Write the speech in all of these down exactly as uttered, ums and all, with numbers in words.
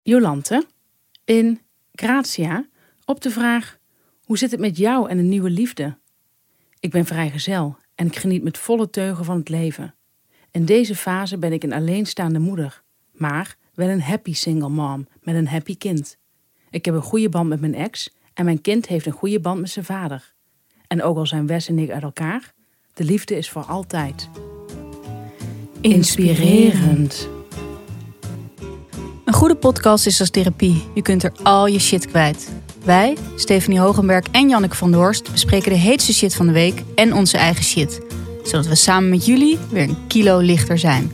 Jolante, in Grazia, op de vraag: hoe zit het met jou en een nieuwe liefde? Ik ben vrijgezel en ik geniet met volle teugen van het leven. In deze fase ben ik een alleenstaande moeder, maar wel een happy single mom met een happy kind. Ik heb een goede band met mijn ex en mijn kind heeft een goede band met zijn vader. En ook al zijn Wes en ik uit elkaar, de liefde is voor altijd. Inspirerend. Een goede podcast is als therapie. Je kunt er al je shit kwijt. Wij, Stephanie Hogenberg en Janneke van der Horst, bespreken de heetste shit van de week en onze eigen shit. Zodat we samen met jullie weer een kilo lichter zijn.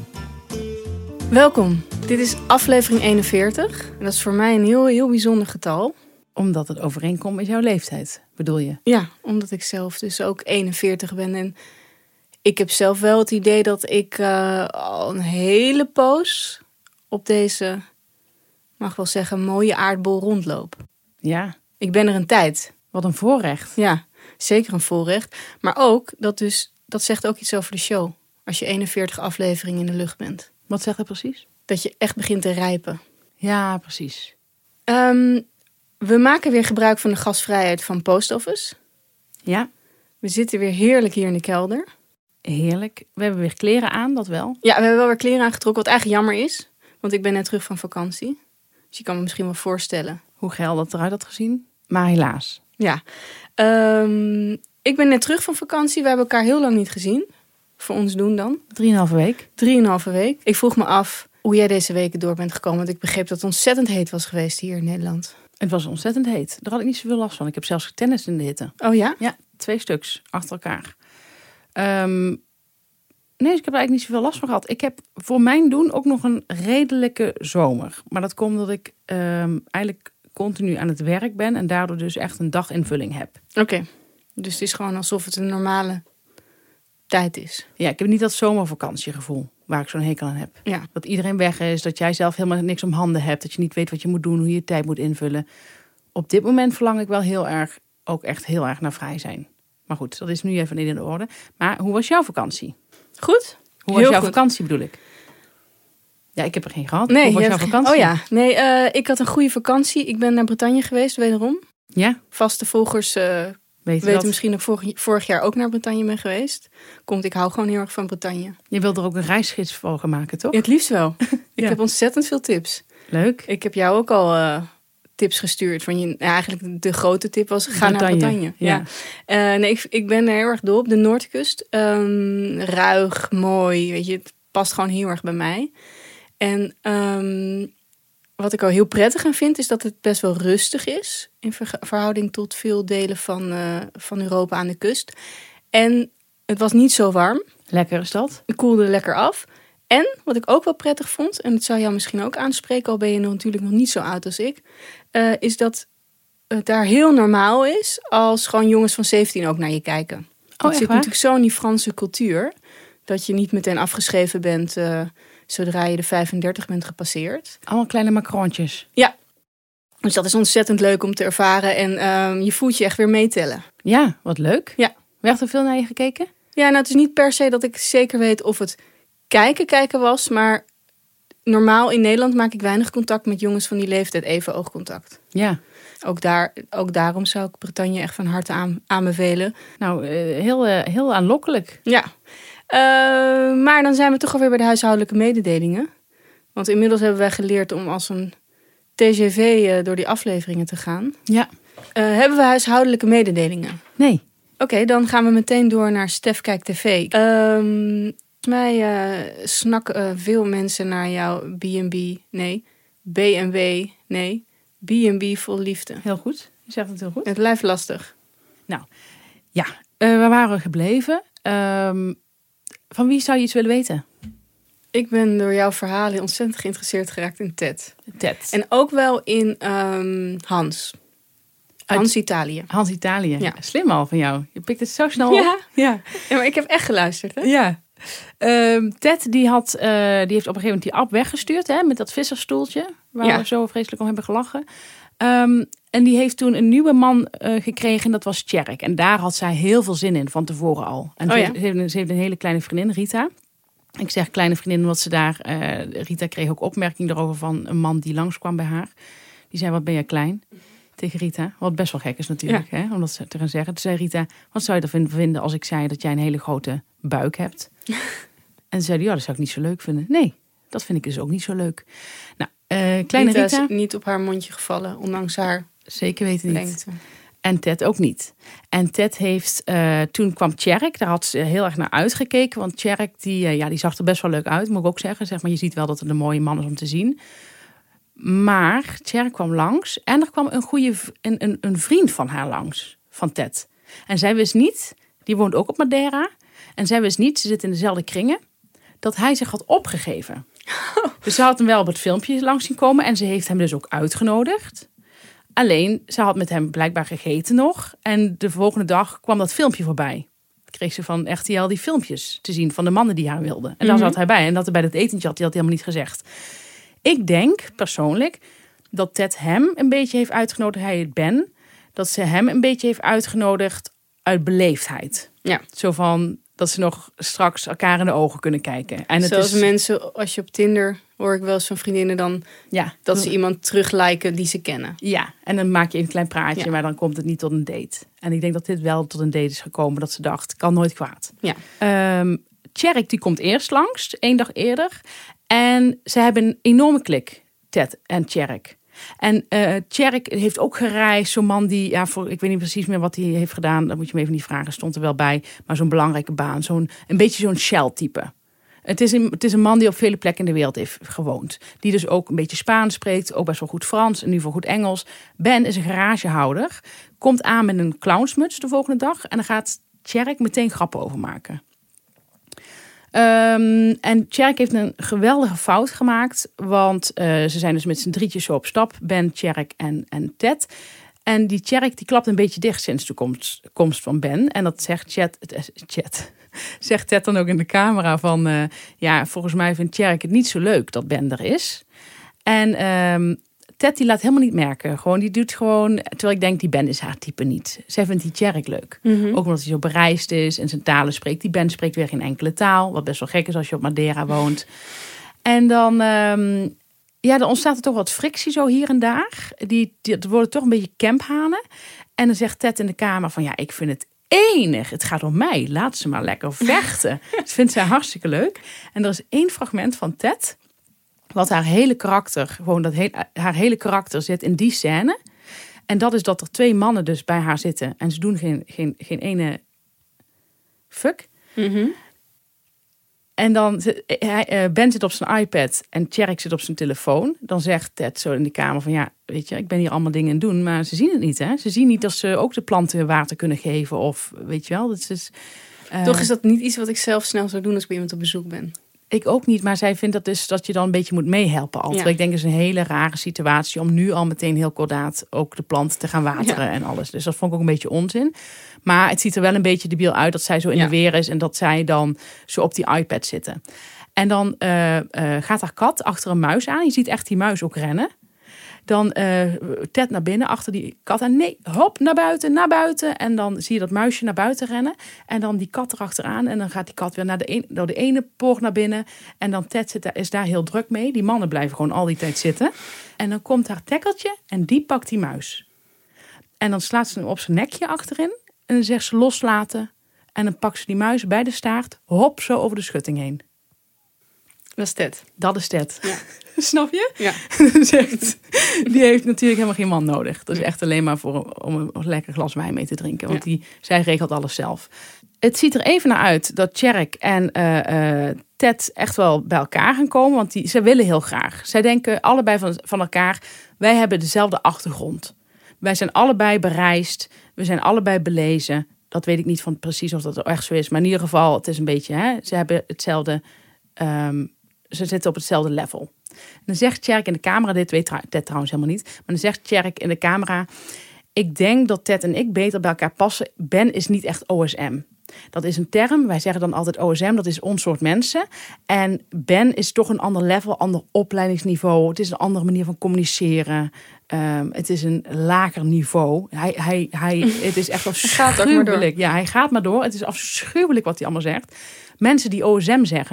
Welkom. Dit is aflevering eenenveertig. En dat is voor mij een heel, heel bijzonder getal. Omdat het overeenkomt met jouw leeftijd, bedoel je? Ja, omdat ik zelf dus ook eenenveertig ben. En ik heb zelf wel het idee dat ik uh, al een hele poos op deze, mag wel zeggen, mooie aardbol rondloop. Ja. Ik ben er een tijd. Wat een voorrecht. Ja, zeker een voorrecht. Maar ook, dat, dus, dat zegt ook iets over de show. Als je eenenveertig afleveringen in de lucht bent. Wat zegt dat precies? Dat je echt begint te rijpen. Ja, precies. Um, we maken weer gebruik van de gastvrijheid van Post Office. Ja. We zitten weer heerlijk hier in de kelder. Heerlijk. We hebben weer kleren aan, dat wel. Ja, we hebben wel weer kleren aangetrokken, wat eigenlijk jammer is. Want ik ben net terug van vakantie. Dus je kan me misschien wel voorstellen hoe geil dat eruit had gezien. Maar helaas. Ja. Um, ik ben net terug van vakantie. We hebben elkaar heel lang niet gezien. Voor ons doen dan. Drieënhalve week. Drieënhalve week. Ik vroeg me af hoe jij deze weken door bent gekomen. Want ik begreep dat het ontzettend heet was geweest hier in Nederland. Het was ontzettend heet. Daar had ik niet zoveel last van. Ik heb zelfs getennist in de hitte. Oh ja? Ja, twee stuks achter elkaar. Um, nee, dus ik heb er eigenlijk niet zoveel last van gehad. Ik heb voor mijn doen ook nog een redelijke zomer. Maar dat komt omdat ik um, eigenlijk continu aan het werk ben. En daardoor dus echt een daginvulling heb. Oké. Okay. Dus het is gewoon alsof het een normale tijd is. Ja, ik heb niet dat zomervakantiegevoel waar ik zo'n hekel aan heb. Ja. Dat iedereen weg is, dat jij zelf helemaal niks om handen hebt. Dat je niet weet wat je moet doen, hoe je je tijd moet invullen. Op dit moment verlang ik wel heel erg, ook echt heel erg naar vrij zijn. Maar goed, dat is nu even niet in de orde. Maar hoe was jouw vakantie? Goed. Hoe heel was jouw goed. vakantie bedoel ik? Ja, ik heb er geen gehad. Nee, hoe was jouw vakantie? Oh ja, nee, uh, ik had een goede vakantie. Ik ben naar Bretagne geweest, wederom. Ja? Vaste volgers uh, weten dat? misschien dat ik vorig, vorig jaar ook naar Bretagne ben geweest. Komt, ik hou gewoon heel erg van Bretagne. Je wilt er ook een reisgids voor gaan maken, toch? Ja, het liefst wel. Ik ja. heb ontzettend veel tips. Leuk. Ik heb jou ook al uh, tips gestuurd. Van je, ja, eigenlijk de grote tip was, ga Bretagne. naar Bretagne. Ja. Ja. Uh, nee, ik, ik ben er heel erg dol op de Noordkust. Um, ruig, mooi, weet je, het past gewoon heel erg bij mij. En um, wat ik al heel prettig aan vind, is dat het best wel rustig is. In ver- verhouding tot veel delen van, uh, van Europa aan de kust. En het was niet zo warm. Lekker is dat. Het koelde lekker af. En wat ik ook wel prettig vond, en het zou jou misschien ook aanspreken, al ben je nog natuurlijk nog niet zo oud als ik, uh, is dat het daar heel normaal is als gewoon jongens van zeventien ook naar je kijken. Oh, het echt zit waar? natuurlijk zo in die Franse cultuur, dat je niet meteen afgeschreven bent uh, zodra je de vijfendertig bent gepasseerd. Allemaal kleine macaroontjes. Ja, dus dat is ontzettend leuk om te ervaren en um, je voelt je echt weer meetellen. Ja, wat leuk. Ja. Werd er veel naar je gekeken? Ja, nou het is niet per se dat ik zeker weet of het kijken kijken was, maar normaal in Nederland maak ik weinig contact met jongens van die leeftijd, even oogcontact. Ja. Ook, daar, ook daarom zou ik Bretagne echt van harte aan, aanbevelen. Nou, uh, heel, uh, heel aanlokkelijk. Ja, uh, maar dan zijn we toch alweer bij de huishoudelijke mededelingen. Want inmiddels hebben wij geleerd om als een T G V uh, door die afleveringen te gaan. Ja. Uh, hebben we huishoudelijke mededelingen? Nee. Oké, okay, dan gaan we meteen door naar Stef Kijkt T V. Um, Volgens mij uh, snakken uh, veel mensen naar jouw B en B, nee, B en W, nee, B en B vol liefde. Heel goed, je zegt het heel goed. Het blijft lastig. Nou, ja, uh, waar waren we gebleven? Um, van wie zou je iets willen weten? Ik ben door jouw verhalen ontzettend geïnteresseerd geraakt in Ted. Ted. En ook wel in um, Hans. Hans Uit Italië. Hans Italië. Ja. Slim al van jou. Je pikt het zo snel op. Ja, ja. Ja, maar ik heb echt geluisterd, hè? Ja. Um, Ted die had, uh, die heeft op een gegeven moment die app weggestuurd, hè, met dat vissersstoeltje, waar ja. we zo vreselijk om hebben gelachen. Um, en die heeft toen een nieuwe man uh, gekregen en dat was Tjerk. En daar had zij heel veel zin in van tevoren al. En oh, ze, ja? heeft, ze, heeft, ze heeft een hele kleine vriendin, Rita. Ik zeg kleine vriendin, omdat ze daar... Uh, Rita kreeg ook opmerking erover van een man die langskwam bij haar. Die zei, wat ben jij klein? Tegen Rita. Wat best wel gek is natuurlijk, ja. hè, om dat te gaan zeggen. Toen zei Rita, wat zou je ervan vinden als ik zei dat jij een hele grote buik hebt? En ze zei, ja, dat zou ik niet zo leuk vinden. Nee, dat vind ik dus ook niet zo leuk. Nou, uh, kleine Rita, Rita... is niet op haar mondje gevallen, ondanks haar Zeker weten niet. lengte. En Ted ook niet. En Ted heeft, uh, toen kwam Tjerk, daar had ze heel erg naar uitgekeken. Want Tjerk, die, uh, ja, die zag er best wel leuk uit, moet ik ook zeggen. Zeg maar, je ziet wel dat het een mooie man is om te zien. Maar Tjerk kwam langs en er kwam een, goede, een, een, een vriend van haar langs, van Ted. En zij wist niet, die woont ook op Madeira. En zij wist niet, ze zit in dezelfde kringen, dat hij zich had opgegeven. Dus ze had hem wel op het filmpje langs zien komen en ze heeft hem dus ook uitgenodigd. Alleen, ze had met hem blijkbaar gegeten nog. En de volgende dag kwam dat filmpje voorbij. Kreeg ze van R T L die filmpjes te zien van de mannen die haar wilden. En daar mm-hmm. zat hij bij. En dat hij bij dat etentje had, die had hij helemaal niet gezegd. Ik denk persoonlijk dat Ted hem een beetje heeft uitgenodigd. Hij het Ben. Dat ze hem een beetje heeft uitgenodigd uit beleefdheid. Ja. Zo van dat ze nog straks elkaar in de ogen kunnen kijken. En het Zoals is... mensen, als je op Tinder, hoor ik wel zo'n vriendinnen dan... Ja. Dat ze iemand terugliken die ze kennen. Ja, en dan maak je even een klein praatje, ja. maar dan komt het niet tot een date. En ik denk dat dit wel tot een date is gekomen. Dat ze dacht, kan nooit kwaad. Ja. Um, Tjerk die komt eerst langs, één dag eerder. En ze hebben een enorme klik, Ted en Tjerk. En uh, Tjerk heeft ook gereisd. Zo'n man die, ja, voor, ik weet niet precies meer wat hij heeft gedaan. Dat moet je me even niet vragen, stond er wel bij. Maar zo'n belangrijke baan. Zo'n, een beetje zo'n Shell-type. Het is, een, het is een man die op vele plekken in de wereld heeft gewoond. Die dus ook een beetje Spaans spreekt. Ook best wel goed Frans. En nu voor goed Engels. Ben is een garagehouder. Komt aan met een clownsmuts de volgende dag. En dan gaat Tjerk meteen grappen over maken. Um, en Tjerk heeft een geweldige fout gemaakt. Want uh, ze zijn dus met z'n drietjes zo op stap. Ben, Tjerk en, en Ted. En die Tjerk die klapt een beetje dicht sinds de komst, komst van Ben. En dat zegt Chat, Chat, zegt Ted dan ook in de camera van... Uh, ja, volgens mij vindt Tjerk het niet zo leuk dat Ben er is. En um, Ted die laat helemaal niet merken. Gewoon, die doet gewoon... Terwijl ik denk, die Ben is haar type niet. Zij vindt die Tjerk leuk. Mm-hmm. Ook omdat hij zo bereisd is en zijn talen spreekt. Die Ben spreekt weer geen enkele taal. Wat best wel gek is als je op Madeira woont. En dan... Um, ja, dan ontstaat er toch wat frictie zo hier en daar. Die, die, het worden toch een beetje camphanen. En dan zegt Ted in de kamer van... Ja, ik vind het enig. Het gaat om mij. Laat ze maar lekker vechten. Dat vindt zij hartstikke leuk. En er is één fragment van Ted... wat haar hele karakter... gewoon dat he, haar hele karakter zit in die scène. En dat is dat er twee mannen dus bij haar zitten. En ze doen geen, geen, geen ene fuck. Mm-hmm. En dan, Ben zit op zijn iPad en Tjerk zit op zijn telefoon. Dan zegt Ted zo in de kamer van ja, weet je, ik ben hier allemaal dingen aan het doen. Maar ze zien het niet, hè. Ze zien niet dat ze ook de planten water kunnen geven. Of weet je wel, dat is... Uh, Toch is dat niet iets wat ik zelf snel zou doen als ik bij iemand op bezoek ben. Ik ook niet, maar zij vindt dat dus dat je dan een beetje moet meehelpen altijd. Ja. Ik denk het is een hele rare situatie om nu al meteen heel kordaat ook de plant te gaan wateren ja. en alles. Dus dat vond ik ook een beetje onzin. Maar het ziet er wel een beetje debiel uit dat zij zo in ja. de weer is en dat zij dan zo op die iPad zitten. En dan uh, uh, gaat haar kat achter een muis aan. Je ziet echt die muis ook rennen. Dan uh, Ted naar binnen, achter die kat. En nee, hop, naar buiten, naar buiten. En dan zie je dat muisje naar buiten rennen. En dan die kat erachteraan. En dan gaat die kat weer naar de een, door de ene poort naar binnen. En dan Ted zit daar, is daar heel druk mee. Die mannen blijven gewoon al die tijd zitten. En dan komt haar tekkeltje en die pakt die muis. En dan slaat ze hem op zijn nekje achterin. En dan zegt ze loslaten. En dan pakt ze die muis bij de staart. Hop, zo over de schutting heen. Dat is Ted. Dat is Ted. Ja. Snap je? Ja. Zegt, die heeft natuurlijk helemaal geen man nodig. Dat is echt alleen maar voor, om een lekker glas wijn mee te drinken. Want ja. die, zij regelt alles zelf. Het ziet er even naar uit dat Tjerk en uh, uh, Ted echt wel bij elkaar gaan komen. Want die, ze willen heel graag. Zij denken allebei van, van elkaar. Wij hebben dezelfde achtergrond. Wij zijn allebei bereisd. We zijn allebei belezen. Dat weet ik niet van precies of dat echt zo is. Maar in ieder geval, het is een beetje... Hè, ze hebben hetzelfde... Um, ze zitten op hetzelfde level. En dan zegt Tjerk in de camera, dit weet Ted trouwens helemaal niet, maar dan zegt Tjerk in de camera, ik denk dat Ted en ik beter bij elkaar passen. Ben is niet echt O S M. Dat is een term, wij zeggen dan altijd O S M, dat is ons soort mensen. En Ben is toch een ander level, ander opleidingsniveau. Het is een andere manier van communiceren. Um, het is een lager niveau. Hij, hij, hij, het is echt afschuwelijk. Ja, hij gaat maar door. Het is afschuwelijk wat hij allemaal zegt. Mensen die O S M zeggen,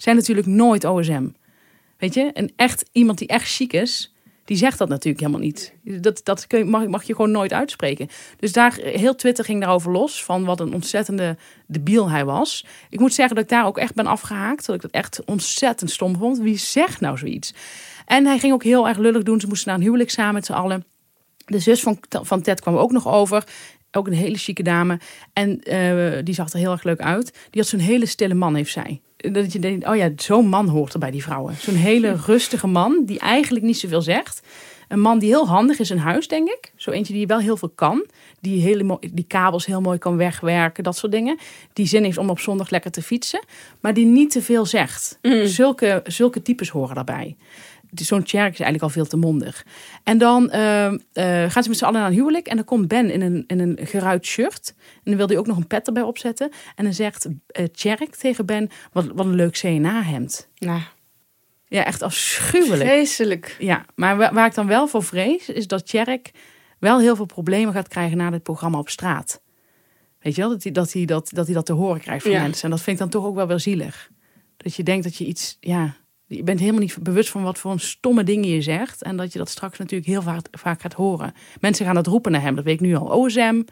zijn natuurlijk nooit O S M. Weet je? En echt iemand die echt chic is, die zegt dat natuurlijk helemaal niet. Dat, dat kun je, mag, mag je gewoon nooit uitspreken. Dus daar, heel Twitter ging daarover los, van wat een ontzettende debiel hij was. Ik moet zeggen dat ik daar ook echt ben afgehaakt. Dat ik dat echt ontzettend stom vond. Wie zegt nou zoiets? En hij ging ook heel erg lullig doen. Ze moesten naar een huwelijk samen met z'n allen. De zus van, van Ted kwam ook nog over. Ook een hele chique dame. En uh, die zag er heel erg leuk uit. Die had zo'n hele stille man, heeft zij. Dat je denkt, oh ja, zo'n man hoort er bij die vrouwen. Zo'n hele rustige man, die eigenlijk niet zoveel zegt. Een man die heel handig is in huis, denk ik. Zo eentje die wel heel veel kan. Die, hele, die kabels heel mooi kan wegwerken, dat soort dingen. Die zin heeft om op zondag lekker te fietsen. Maar die niet te veel zegt. Mm. Zulke, zulke types horen daarbij. Zo'n Tjerk is eigenlijk al veel te mondig. En dan uh, uh, gaan ze met z'n allen naar een huwelijk. En dan komt Ben in een, in een geruit shirt. En dan wil hij ook nog een pet erbij opzetten. En dan zegt uh, Tjerk tegen Ben, wat, wat een leuk C N A-hemd. Nou. Ja, echt afschuwelijk. Vreselijk. Ja, maar waar, waar ik dan wel voor vrees, is dat Tjerk wel heel veel problemen gaat krijgen na dit programma op straat. Weet je wel, dat hij dat, hij dat, dat, hij dat te horen krijgt van ja. mensen. En dat vind ik dan toch ook wel weer zielig. Dat je denkt dat je iets, ja... Je bent helemaal niet bewust van wat voor een stomme dingen je zegt. En dat je dat straks natuurlijk heel vaak, vaak gaat horen. Mensen gaan dat roepen naar hem. Dat weet ik nu al. O S M.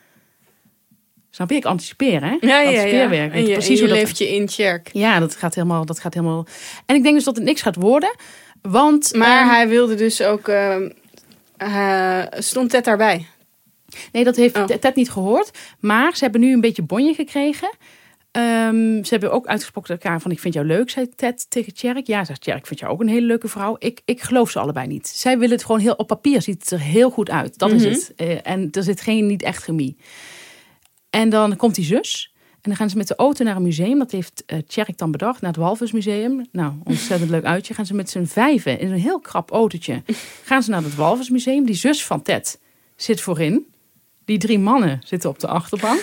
Snap je? Ik anticipeer, hè? Ja, ja, ja. En je, precies en je hoe leeft dat... je in Tjerk. Ja, dat gaat, helemaal, dat gaat helemaal... En ik denk dus dat het niks gaat worden. Want... Maar um... hij wilde dus ook... Uh, uh, stond Ted daarbij? Nee, dat heeft oh. Ted niet gehoord. Maar ze hebben nu een beetje bonje gekregen... Um, ze hebben ook uitgesproken tegen elkaar van... ik vind jou leuk, zei Ted tegen Tjerk. Ja, zegt Tjerk, ik vind jou ook een hele leuke vrouw. Ik, ik geloof ze allebei niet. Zij willen het gewoon heel... Op papier ziet het er heel goed uit. Dat mm-hmm. is het. Uh, en er zit geen niet echt chemie. En dan komt die zus. En dan gaan ze met de auto naar een museum. Dat heeft uh, Tjerk dan bedacht. Naar het Walvismuseum. Nou, ontzettend leuk uitje. Gaan ze met z'n vijven in een heel krap autootje. Gaan ze naar het Walvismuseum. Die zus van Ted zit voorin. Die drie mannen zitten op de achterbank.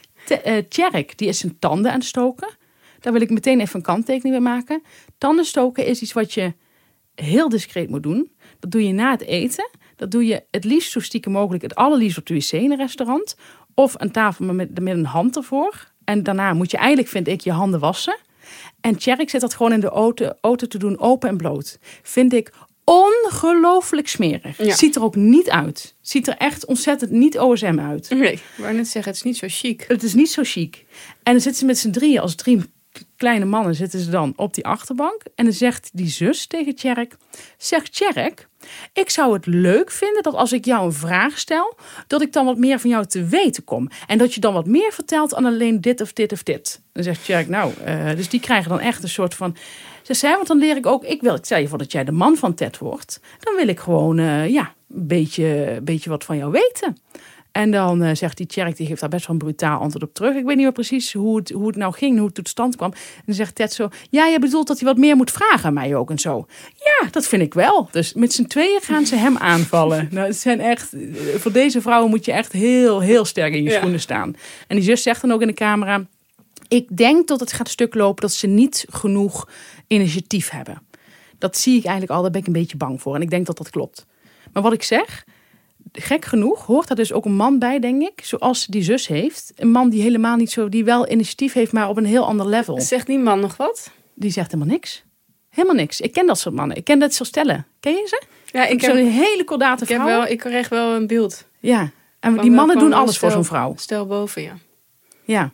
Tjerk, die is zijn tanden aan het stoken. Daar wil ik meteen even een kanttekening bij maken. Tanden stoken is iets wat je heel discreet moet doen. Dat doe je na het eten. Dat doe je het liefst zo stiekem mogelijk. Het allerliefst op de wc in een restaurant. Of een tafel met, met een hand ervoor. En daarna moet je eigenlijk, vind ik, je handen wassen. En Tjerk zit dat gewoon in de auto, auto te doen, open en bloot. Vind ik ongelooflijk smerig. Ja. Ziet er ook niet uit. Ziet er echt ontzettend niet O S M uit. Nee, ik wou net zeggen, het is niet zo chic. Het is niet zo chic. En dan zitten ze met z'n drieën, als drie kleine mannen zitten ze dan op die achterbank. En dan zegt die zus tegen Tjerk, zegt Tjerk, ik zou het leuk vinden dat als ik jou een vraag stel, dat ik dan wat meer van jou te weten kom. En dat je dan wat meer vertelt aan alleen dit of dit of dit. Dan zegt Tjerk, nou, uh, dus die krijgen dan echt een soort van... Ze zei, want dan leer ik ook, ik wil, ik stel je voor dat jij de man van Ted wordt. Dan wil ik gewoon, uh, ja, een beetje, beetje wat van jou weten. En dan uh, zegt die Tjerk, die geeft daar best wel een brutaal antwoord op terug. Ik weet niet meer precies hoe het, hoe het nou ging, hoe het tot stand kwam. En dan zegt Ted zo, ja, je bedoelt dat hij wat meer moet vragen aan mij ook en zo. Ja, dat vind ik wel. Dus met z'n tweeën gaan ze hem aanvallen. Nou, het zijn echt, voor deze vrouwen moet je echt heel, heel sterk in je ja. schoenen staan. En die zus zegt dan ook in de camera, ik denk dat het gaat stuk lopen dat ze niet genoeg initiatief hebben. Dat zie ik eigenlijk al, daar ben ik een beetje bang voor. En ik denk dat dat klopt. Maar wat ik zeg, gek genoeg hoort daar dus ook een man bij, denk ik. Zoals die zus heeft. Een man die helemaal niet zo, die wel initiatief heeft, maar op een heel ander level. Zegt die man nog wat? Die zegt helemaal niks. Helemaal niks. Ik ken dat soort mannen. Ik ken dat soort stellen. Ken je ze? Ja, ik heb zo'n hele kordate ik vrouw. Heb wel, ik krijg wel een beeld. Ja, en die mannen doen alles stel, voor zo'n vrouw. Stel boven, ja. Ja.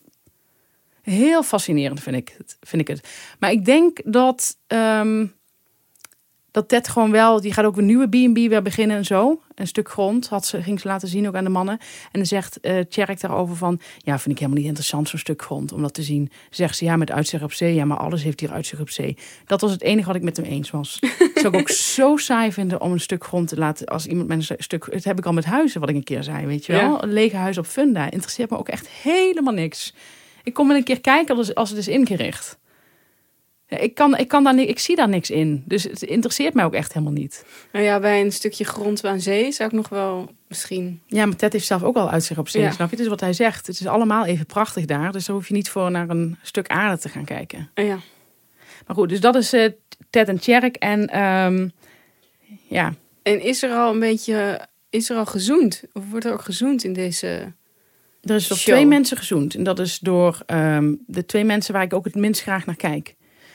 Heel fascinerend vind ik, het, vind ik het. Maar ik denk dat, um, dat Ted gewoon wel... Die gaat ook een nieuwe B en B weer beginnen en zo. Een stuk grond had ze, ging ze laten zien ook aan de mannen. En dan zegt uh, Tjerk daarover van... Ja, vind ik helemaal niet interessant zo'n stuk grond om dat te zien. Zegt ze, ja, met uitzicht op zee. Ja, maar alles heeft hier uitzicht op zee. Dat was het enige wat ik met hem eens was. Dat zou ik ook zo saai vinden om een stuk grond te laten... Als iemand met een stuk... Het heb ik al met huizen, wat ik een keer zei, weet je wel. Ja. Een lege huis op funda. Interesseert me ook echt helemaal niks. Ik kom wel een keer kijken als, als het is ingericht. Ja, ik, kan, ik, kan daar niet, ik zie daar niks in. Dus het interesseert mij ook echt helemaal niet. Nou ja, bij een stukje grond aan zee zou ik nog wel misschien... Ja, maar Ted heeft zelf ook al uitzicht op zee, ja. Snap je? Het is wat hij zegt. Het is allemaal even prachtig daar. Dus daar hoef je niet voor naar een stuk aarde te gaan kijken. Ja. Maar goed, dus dat is uh, Ted en Tjerk. En um, ja. En is er al een beetje... Is er al gezoend? Of wordt er ook gezoend in deze... Er is door show. twee mensen gezoend. En dat is door um, de twee mensen waar ik ook het minst graag naar kijk.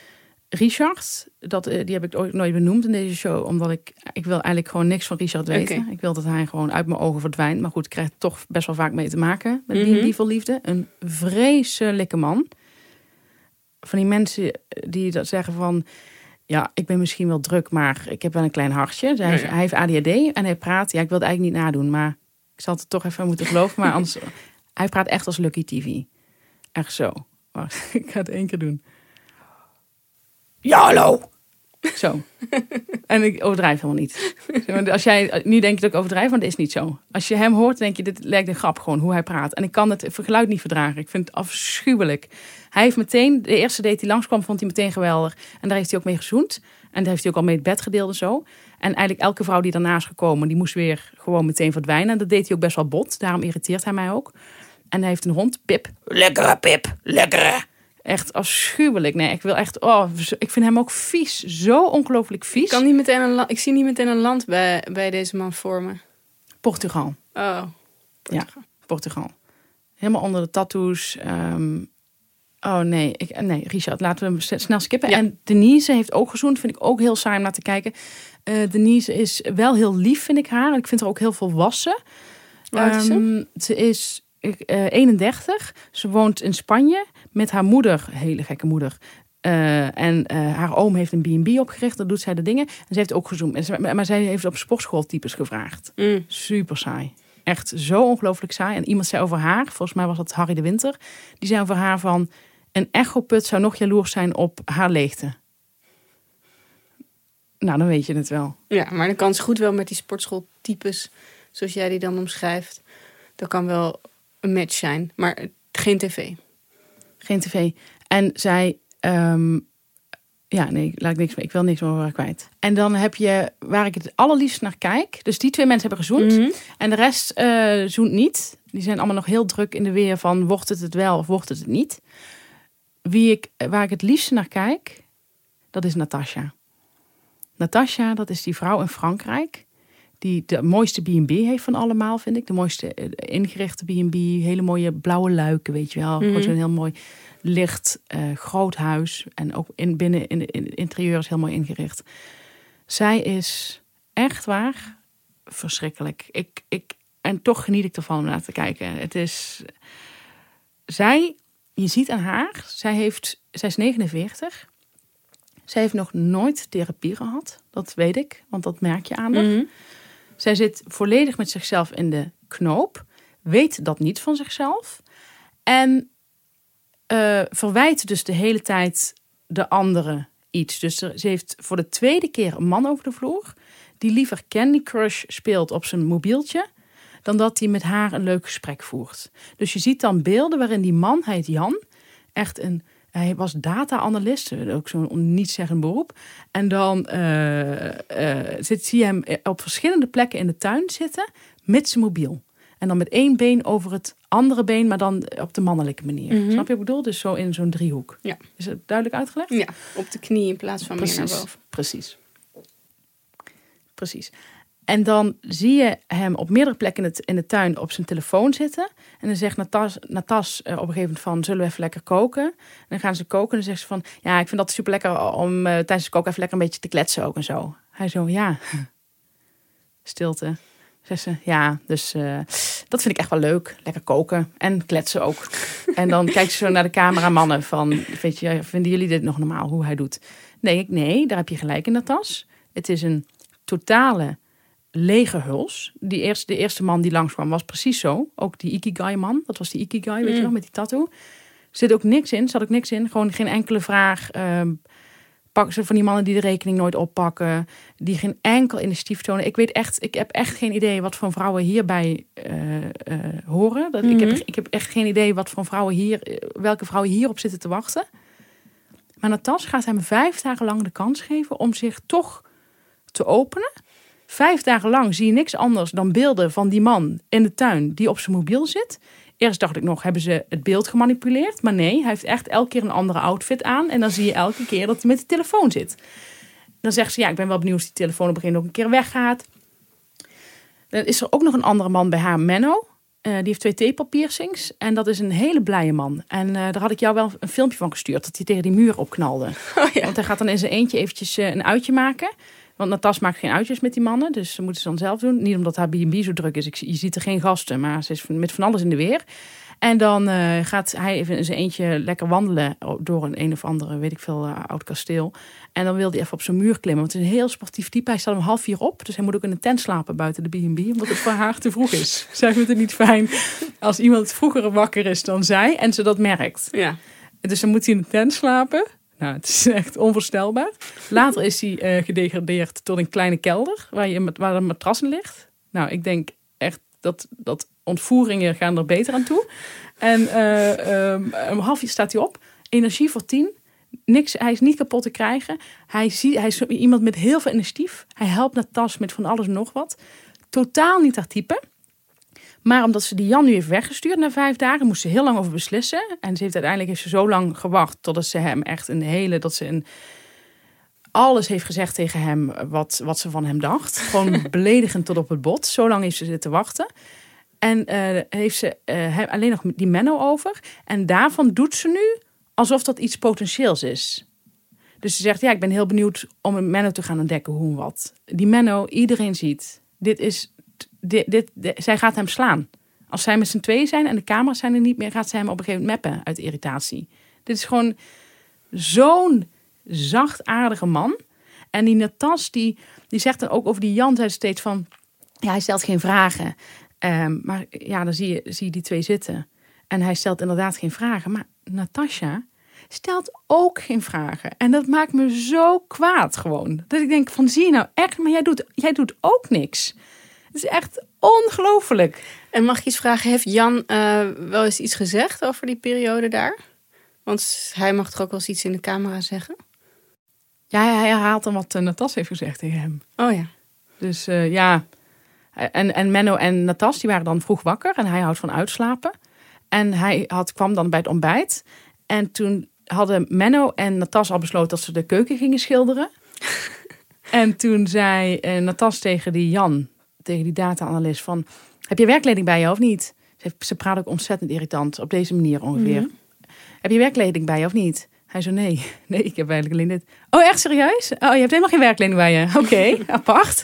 Richard, dat, die heb ik ooit nooit benoemd in deze show. Omdat ik, ik wil eigenlijk gewoon niks van Richard weten. Okay. Ik wil dat hij gewoon uit mijn ogen verdwijnt. Maar goed, ik krijg toch best wel vaak mee te maken. Met Mm-hmm. die, die vol liefde. Een vreselijke man. Van die mensen die dat zeggen van... Ja, ik ben misschien wel druk, maar ik heb wel een klein hartje. Hij, Ja, ja. hij heeft A D H D en hij praat... Ja, ik wil het eigenlijk niet nadoen, maar... Ik zal het toch even moeten geloven. Maar anders... Hij praat echt als Lucky T V. Echt zo. Wacht, ik ga het één keer doen. Ja, hallo. Zo. En ik overdrijf helemaal niet. Als jij nu denkt dat ik overdrijf, want dat is niet zo. Als je hem hoort, denk je, dit lijkt een grap gewoon, hoe hij praat. En ik kan het geluid niet verdragen. Ik vind het afschuwelijk. Hij heeft meteen, de eerste date die langskwam, vond hij meteen geweldig. En daar heeft hij ook mee gezoend. En daar heeft hij ook al mee het bed gedeeld en zo. En eigenlijk elke vrouw die daarna is gekomen, die moest weer gewoon meteen verdwijnen. En dat deed hij ook best wel bot. Daarom irriteert hij mij ook. En hij heeft een hond, Pip. Lekkere Pip, lekkere. Echt afschuwelijk. Nee, ik wil echt... Oh, ik vind hem ook vies. Zo ongelooflijk vies. Ik, kan niet meteen een la- ik zie niet meteen een land bij, bij deze man vormen. Portugal. Oh, Ja, Portugal. Helemaal onder de tattoos. Um, oh nee, ik, nee, Richard, laten we hem snel skippen. Ja. En Denise heeft ook gezoend. Vind ik ook heel saai om naar te kijken. Uh, Denise is wel heel lief, vind ik haar. En ik vind haar ook heel volwassen. Hoe oud is ze? Um, ze is uh, eenendertig. Ze woont in Spanje met haar moeder. Hele gekke moeder. Uh, en uh, haar oom heeft een B en B opgericht. Daar doet zij de dingen. En ze heeft ook gezoomd. En ze, maar zij heeft op sportschooltypes gevraagd. Mm. Super saai. Echt zo ongelooflijk saai. En iemand zei over haar, volgens mij was dat Harry de Winter. Die zei over haar van... Een echoput zou nog jaloers zijn op haar leegte. Nou, dan weet je het wel. Ja, maar dan kan ze goed wel met die sportschooltypes, zoals jij die dan omschrijft. Dat kan wel een match zijn, maar geen tv. Geen tv. En zij... Um, ja, nee, laat ik niks meer. Ik wil niks meer over haar kwijt. En dan heb je, waar ik het allerliefst naar kijk... Dus die twee mensen hebben gezoend. Mm-hmm. En de rest uh, zoent niet. Die zijn allemaal nog heel druk in de weer van... Wordt het het wel of wordt het het niet? Wie ik, waar ik het liefst naar kijk... Dat is Natasha. Natasha, dat is die vrouw in Frankrijk... Die de mooiste B en B heeft van allemaal, vind ik. De mooiste ingerichte B en B. Hele mooie blauwe luiken, weet je wel. Mm-hmm. Gewoon zo'n heel mooi licht, uh, groot huis. En ook in, binnen in het in, in interieur is heel mooi ingericht. Zij is echt waar verschrikkelijk. Ik, ik, en toch geniet ik ervan om naar te kijken. Het is... Zij, je ziet aan haar... Zij, heeft, zij is negenenveertig. Zij heeft nog nooit therapie gehad. Dat weet ik, want dat merk je aan haar. Mm-hmm. Zij zit volledig met zichzelf in de knoop. Weet dat niet van zichzelf. En uh, verwijt dus de hele tijd de anderen iets. Dus er, ze heeft voor de tweede keer een man over de vloer... die liever Candy Crush speelt op zijn mobieltje... dan dat hij met haar een leuk gesprek voert. Dus je ziet dan beelden waarin die man, hij heet Jan... echt een... Hij was data-analyst, ook zo'n niet-zeggend beroep. En dan uh, uh, zit, zie je hem op verschillende plekken in de tuin zitten met zijn mobiel. En dan met één been over het andere been, maar dan op de mannelijke manier. Mm-hmm. Snap je wat ik bedoel? Dus zo in zo'n driehoek. Ja. Is het duidelijk uitgelegd? Ja, op de knie in plaats van precies, meer naar boven. Precies. Precies. En dan zie je hem op meerdere plekken in, het, in de tuin op zijn telefoon zitten. En dan zegt Natas, Natas uh, op een gegeven moment van, zullen we even lekker koken? En dan gaan ze koken en dan zegt ze van, ja, ik vind dat super lekker om uh, tijdens het koken even lekker een beetje te kletsen ook en zo. Hij zo, ja. Stilte. Zegt ze, ja, dus uh, dat vind ik echt wel leuk. Lekker koken en kletsen ook. En dan kijkt ze zo naar de cameramannen van, weet je, vinden jullie dit nog normaal, hoe hij doet? Nee, ik, nee, daar heb je gelijk in, Natas. Het is een totale... lege huls. Die eerste, de eerste man die langskwam was precies zo. Ook die Ikigai-man. Dat was die Ikigai, weet mm. je wel, met die tattoo. Er zit ook niks in. Zat ook niks in. Gewoon geen enkele vraag. Um, pakken ze van die mannen die de rekening nooit oppakken. Die geen enkel initiatief tonen. Ik weet echt, ik heb echt geen idee wat voor vrouwen hierbij uh, uh, horen. Dat, mm-hmm. ik, heb, ik heb echt geen idee wat voor vrouwen hier, welke vrouwen hierop zitten te wachten. Maar Natas gaat hem vijf dagen lang de kans geven om zich toch te openen. Vijf dagen lang zie je niks anders dan beelden van die man in de tuin die op zijn mobiel zit. Eerst dacht ik nog, hebben ze het beeld gemanipuleerd? Maar nee, hij heeft echt elke keer een andere outfit aan. En dan zie je elke keer dat hij met de telefoon zit. Dan zegt ze, ja, ik ben wel benieuwd of die telefoon op een gegeven moment ook een keer weggaat. Dan is er ook nog een andere man bij haar, Menno. Uh, die heeft twee tepelpiercings. En dat is een hele blije man. En uh, daar had ik jou wel een filmpje van gestuurd. Dat hij tegen die muur opknalde. Oh, ja. Want hij gaat dan in zijn eentje eventjes uh, een uitje maken. Want Natas maakt geen uitjes met die mannen. Dus ze moeten ze dan zelf doen. Niet omdat haar B en B zo druk is. Ik, je ziet er geen gasten. Maar ze is met van alles in de weer. En dan uh, gaat hij even in zijn eentje lekker wandelen door een een of andere, weet ik veel, uh, oud kasteel. En dan wil hij even op zijn muur klimmen. Want het is een heel sportief type. Hij staat om half vier op. Dus hij moet ook in een tent slapen buiten de B en B. Omdat het voor haar te vroeg is. Zij vindt het niet fijn als iemand vroeger wakker is dan zij. En ze dat merkt. Ja. Dus dan moet hij in een tent slapen. Nou, het is echt onvoorstelbaar. Later is hij uh, gedegradeerd tot een kleine kelder. Waar, je, waar een matras in ligt. Nou, ik denk echt dat... dat ontvoeringen gaan er beter aan toe. En uh, um, om half uur staat hij op. Energie voor tien. Niks, hij is niet kapot te krijgen. Hij, zie, hij is iemand met heel veel initiatief. Hij helpt Natas met van alles en nog wat. Totaal niet haar type. Maar omdat ze die Jan nu heeft weggestuurd na vijf dagen... moest ze heel lang over beslissen. En ze heeft uiteindelijk heeft ze zo lang gewacht... totdat ze hem echt een hele... dat ze een alles heeft gezegd tegen hem wat, wat ze van hem dacht. Gewoon beledigend tot op het bot. Zo lang heeft ze zitten wachten. En uh, heeft ze uh, alleen nog die Menno over. En daarvan doet ze nu alsof dat iets potentieels is. Dus ze zegt, ja, ik ben heel benieuwd om een Menno te gaan ontdekken hoe en wat. Die Menno, iedereen ziet. Dit is, dit, dit, dit, zij gaat hem slaan. Als zij met z'n tweeën zijn en de camera's zijn er niet meer... gaat ze hem op een gegeven moment meppen uit irritatie. Dit is gewoon zo'n zachtaardige man. En die Natas, die, die zegt dan ook over die Jan... zei steeds van, ja, hij stelt geen vragen... Um, maar ja, dan zie je, zie je die twee zitten. En hij stelt inderdaad geen vragen. Maar Natasja stelt ook geen vragen. En dat maakt me zo kwaad gewoon. Dat ik denk van, zie je nou echt, maar jij doet, jij doet ook niks. Het is echt ongelooflijk. En mag ik iets vragen, heeft Jan uh, wel eens iets gezegd over die periode daar? Want hij mag toch ook wel eens iets in de camera zeggen? Ja, hij herhaalt dan wat uh, Natas heeft gezegd tegen hem. Oh ja. Dus uh, ja... En, en Menno en Natas, die waren dan vroeg wakker. En hij houdt van uitslapen. En hij had, kwam dan bij het ontbijt. En toen hadden Menno en Natas al besloten dat ze de keuken gingen schilderen. En toen zei eh, Natas tegen die Jan, tegen die data-analyst van... Heb je werkkleding bij je of niet? Ze, ze praat ook ontzettend irritant, op deze manier ongeveer. Mm-hmm. Heb je werkkleding bij je of niet? Hij zei nee, nee, ik heb eigenlijk alleen dit. Oh, echt serieus? Oh, je hebt helemaal geen werkkleding bij je. Oké, okay, apart.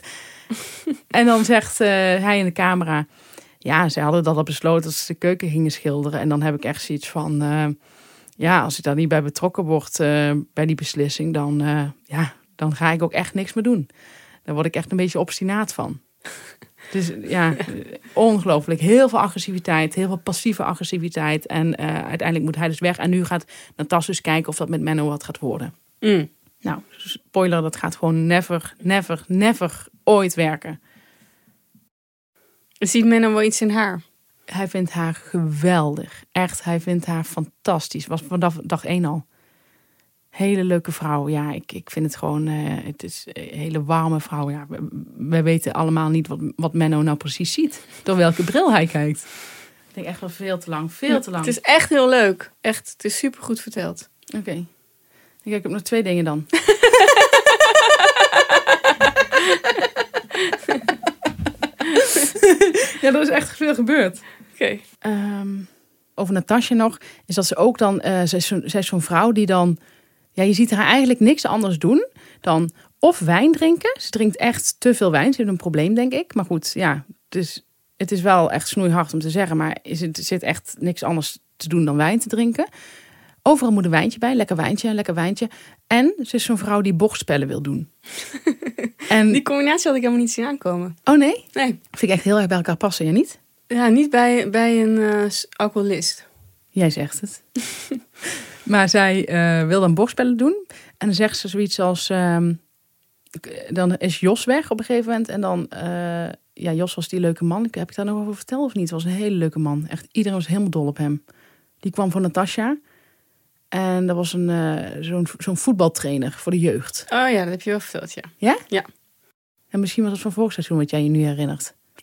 En dan zegt uh, hij in de camera... Ja, ze hadden dat al besloten dat ze de keuken gingen schilderen. En dan heb ik echt zoiets van... Uh, ja, als ik daar niet bij betrokken word uh, bij die beslissing... Dan, uh, ja, dan ga ik ook echt niks meer doen. Daar word ik echt een beetje obstinaat van. Dus ja, ongelooflijk. Heel veel agressiviteit, heel veel passieve agressiviteit. En uh, uiteindelijk moet hij dus weg. En nu gaat Natas dus kijken of dat met Menno wat gaat worden. Mm. Nou, spoiler, dat gaat gewoon never, never, never ooit werken. Ziet Menno wel iets in haar? Hij vindt haar geweldig. Echt, hij vindt haar fantastisch. Was vanaf dag één al. Hele leuke vrouw. Ja, ik, ik vind het gewoon... Uh, het is een hele warme vrouw. Ja, we, we weten allemaal niet wat, wat Menno nou precies ziet. Door welke bril hij kijkt. Ik denk echt wel veel te lang. Veel te lang. Het is echt heel leuk. Echt, het is supergoed verteld. Oké. Okay. Ik heb nog twee dingen dan. Ja, er is echt veel gebeurd. Oké. Okay. Um, over Natasja nog, is dat ze ook dan... Uh, zij, is zo, zij is zo'n vrouw die dan... Ja, je ziet haar eigenlijk niks anders doen dan of wijn drinken. Ze drinkt echt te veel wijn. Ze heeft een probleem, denk ik. Maar goed, ja, dus het is wel echt snoeihard om te zeggen. Maar is het, er zit echt niks anders te doen dan wijn te drinken. Overal moet een wijntje bij. Lekker wijntje, lekker wijntje. En ze is zo'n vrouw die bochtspellen wil doen. En... Die combinatie had ik helemaal niet zien aankomen. Oh nee? Nee. Vind ik echt heel erg bij elkaar passen, ja niet? Ja, niet bij, bij een uh, alcoholist. Jij zegt het. Maar zij uh, wil dan borstspellen doen. En dan zegt ze zoiets als... Um, dan is Jos weg op een gegeven moment. En dan... Uh, ja, Jos was die leuke man. Heb ik daar nog over verteld of niet? Het was een hele leuke man. Echt, iedereen was helemaal dol op hem. Die kwam voor Natasja. En dat was een, uh, zo'n, zo'n voetbaltrainer voor de jeugd. Oh ja, dat heb je wel verteld, ja. Ja? Ja. En misschien was het van vorig seizoen wat jij je nu herinnert.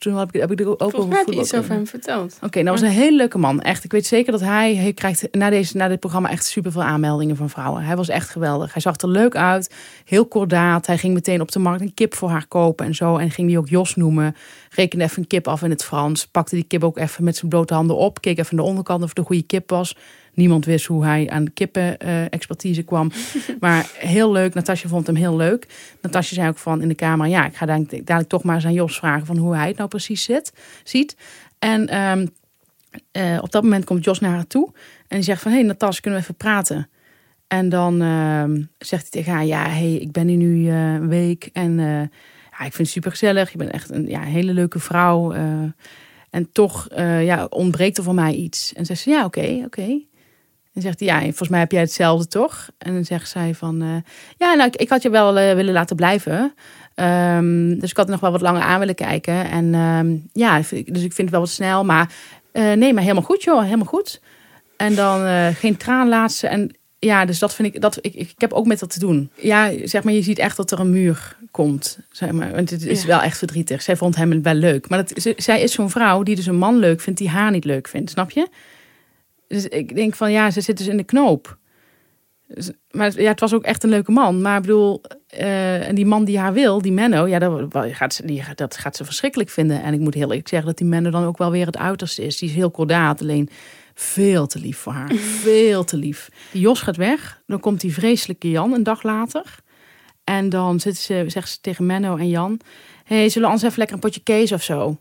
Toen heb ik, heb ik er ook Volgens over mij heb je voetbal iets over kunnen. hem verteld. Oké, okay, nou was een hele leuke man. Echt, ik weet zeker dat hij, hij krijgt na, deze, na dit programma echt superveel aanmeldingen van vrouwen. Hij was echt geweldig. Hij zag er leuk uit, heel kordaat. Hij ging meteen op de markt een kip voor haar kopen en zo. En ging die ook Jos noemen. Rekende even een kip af in het Frans. Pakte die kip ook even met zijn blote handen op. Keek even aan de onderkant of het een goede kip was. Niemand wist hoe hij aan de kippen-expertise uh, kwam. Maar heel leuk. Natasja vond hem heel leuk. Natasja zei ook van in de kamer... ja, ik ga dadelijk, dadelijk toch maar eens aan Jos vragen... van hoe hij het nou precies zit, ziet. En um, uh, op dat moment komt Jos naar haar toe... en die zegt van... hé hey, Natasja, kunnen we even praten? En dan uh, zegt hij tegen haar... ja, hey, ik ben hier nu uh, een week... en uh, ja, ik vind het super gezellig. Je bent echt een ja, hele leuke vrouw... Uh, en toch uh, ja, ontbreekt er voor mij iets. En zegt ze, ja, oké, okay, oké... Okay. En zegt hij, ja, volgens mij heb jij hetzelfde toch? En dan zegt zij van, uh, ja, nou, ik, ik had je wel uh, willen laten blijven. Um, dus ik had er nog wel wat langer aan willen kijken. En um, ja, dus ik vind het wel wat snel. Maar uh, nee, maar helemaal goed, joh, helemaal goed. En dan uh, geen traan laatste. En ja, dus dat vind ik, dat, ik, ik heb ook met dat te doen. Ja, zeg maar, je ziet echt dat er een muur komt. Zeg maar, want het is ja. wel echt verdrietig. Zij vond hem wel leuk. Maar dat, z- zij is zo'n vrouw die dus een man leuk vindt die haar niet leuk vindt, snap je? Dus ik denk van, ja, ze zit dus in de knoop. Dus, maar ja, het was ook echt een leuke man. Maar ik bedoel, uh, en die man die haar wil, die Menno... ja, dat gaat, ze, die, dat gaat ze verschrikkelijk vinden. En ik moet heel eerlijk zeggen dat die Menno dan ook wel weer het uiterste is. Die is heel kordaat, alleen veel te lief voor haar. Veel te lief. Die Jos gaat weg, dan komt die vreselijke Jan een dag later. En dan zit ze, zegt ze tegen Menno en Jan... hé, hey, zullen we ons even lekker een potje Kees of zo?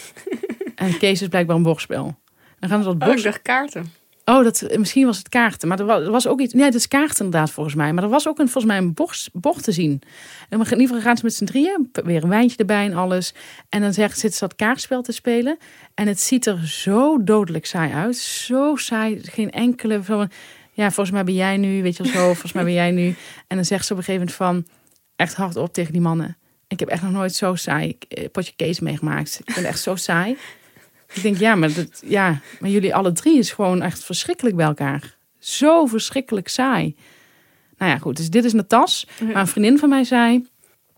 En Kees is blijkbaar een borstspel. Dan gaan ze dat borst... Oh, ik dacht kaarten. Oh, dat, misschien was het kaarten. Maar er was, er was ook iets... Nee, het is kaarten inderdaad volgens mij. Maar er was ook een, volgens mij een bocht, bocht te zien. En in ieder geval gaan ze met z'n drieën. Weer een wijntje erbij en alles. En dan zegt, zit ze dat kaartspel te spelen. En het ziet er zo dodelijk saai uit. Zo saai. Geen enkele... Van, ja, volgens mij ben jij nu, weet je wel zo. Volgens mij ben jij nu. En dan zegt ze op een gegeven moment van... Echt hardop tegen die mannen. Ik heb echt nog nooit zo saai potje Kees meegemaakt. Ik ben echt zo saai. Ik denk, ja maar, dat, ja, maar jullie alle drie is gewoon echt verschrikkelijk bij elkaar. Zo verschrikkelijk saai. Nou ja, goed. Dus dit is Natas. Maar een vriendin van mij zei...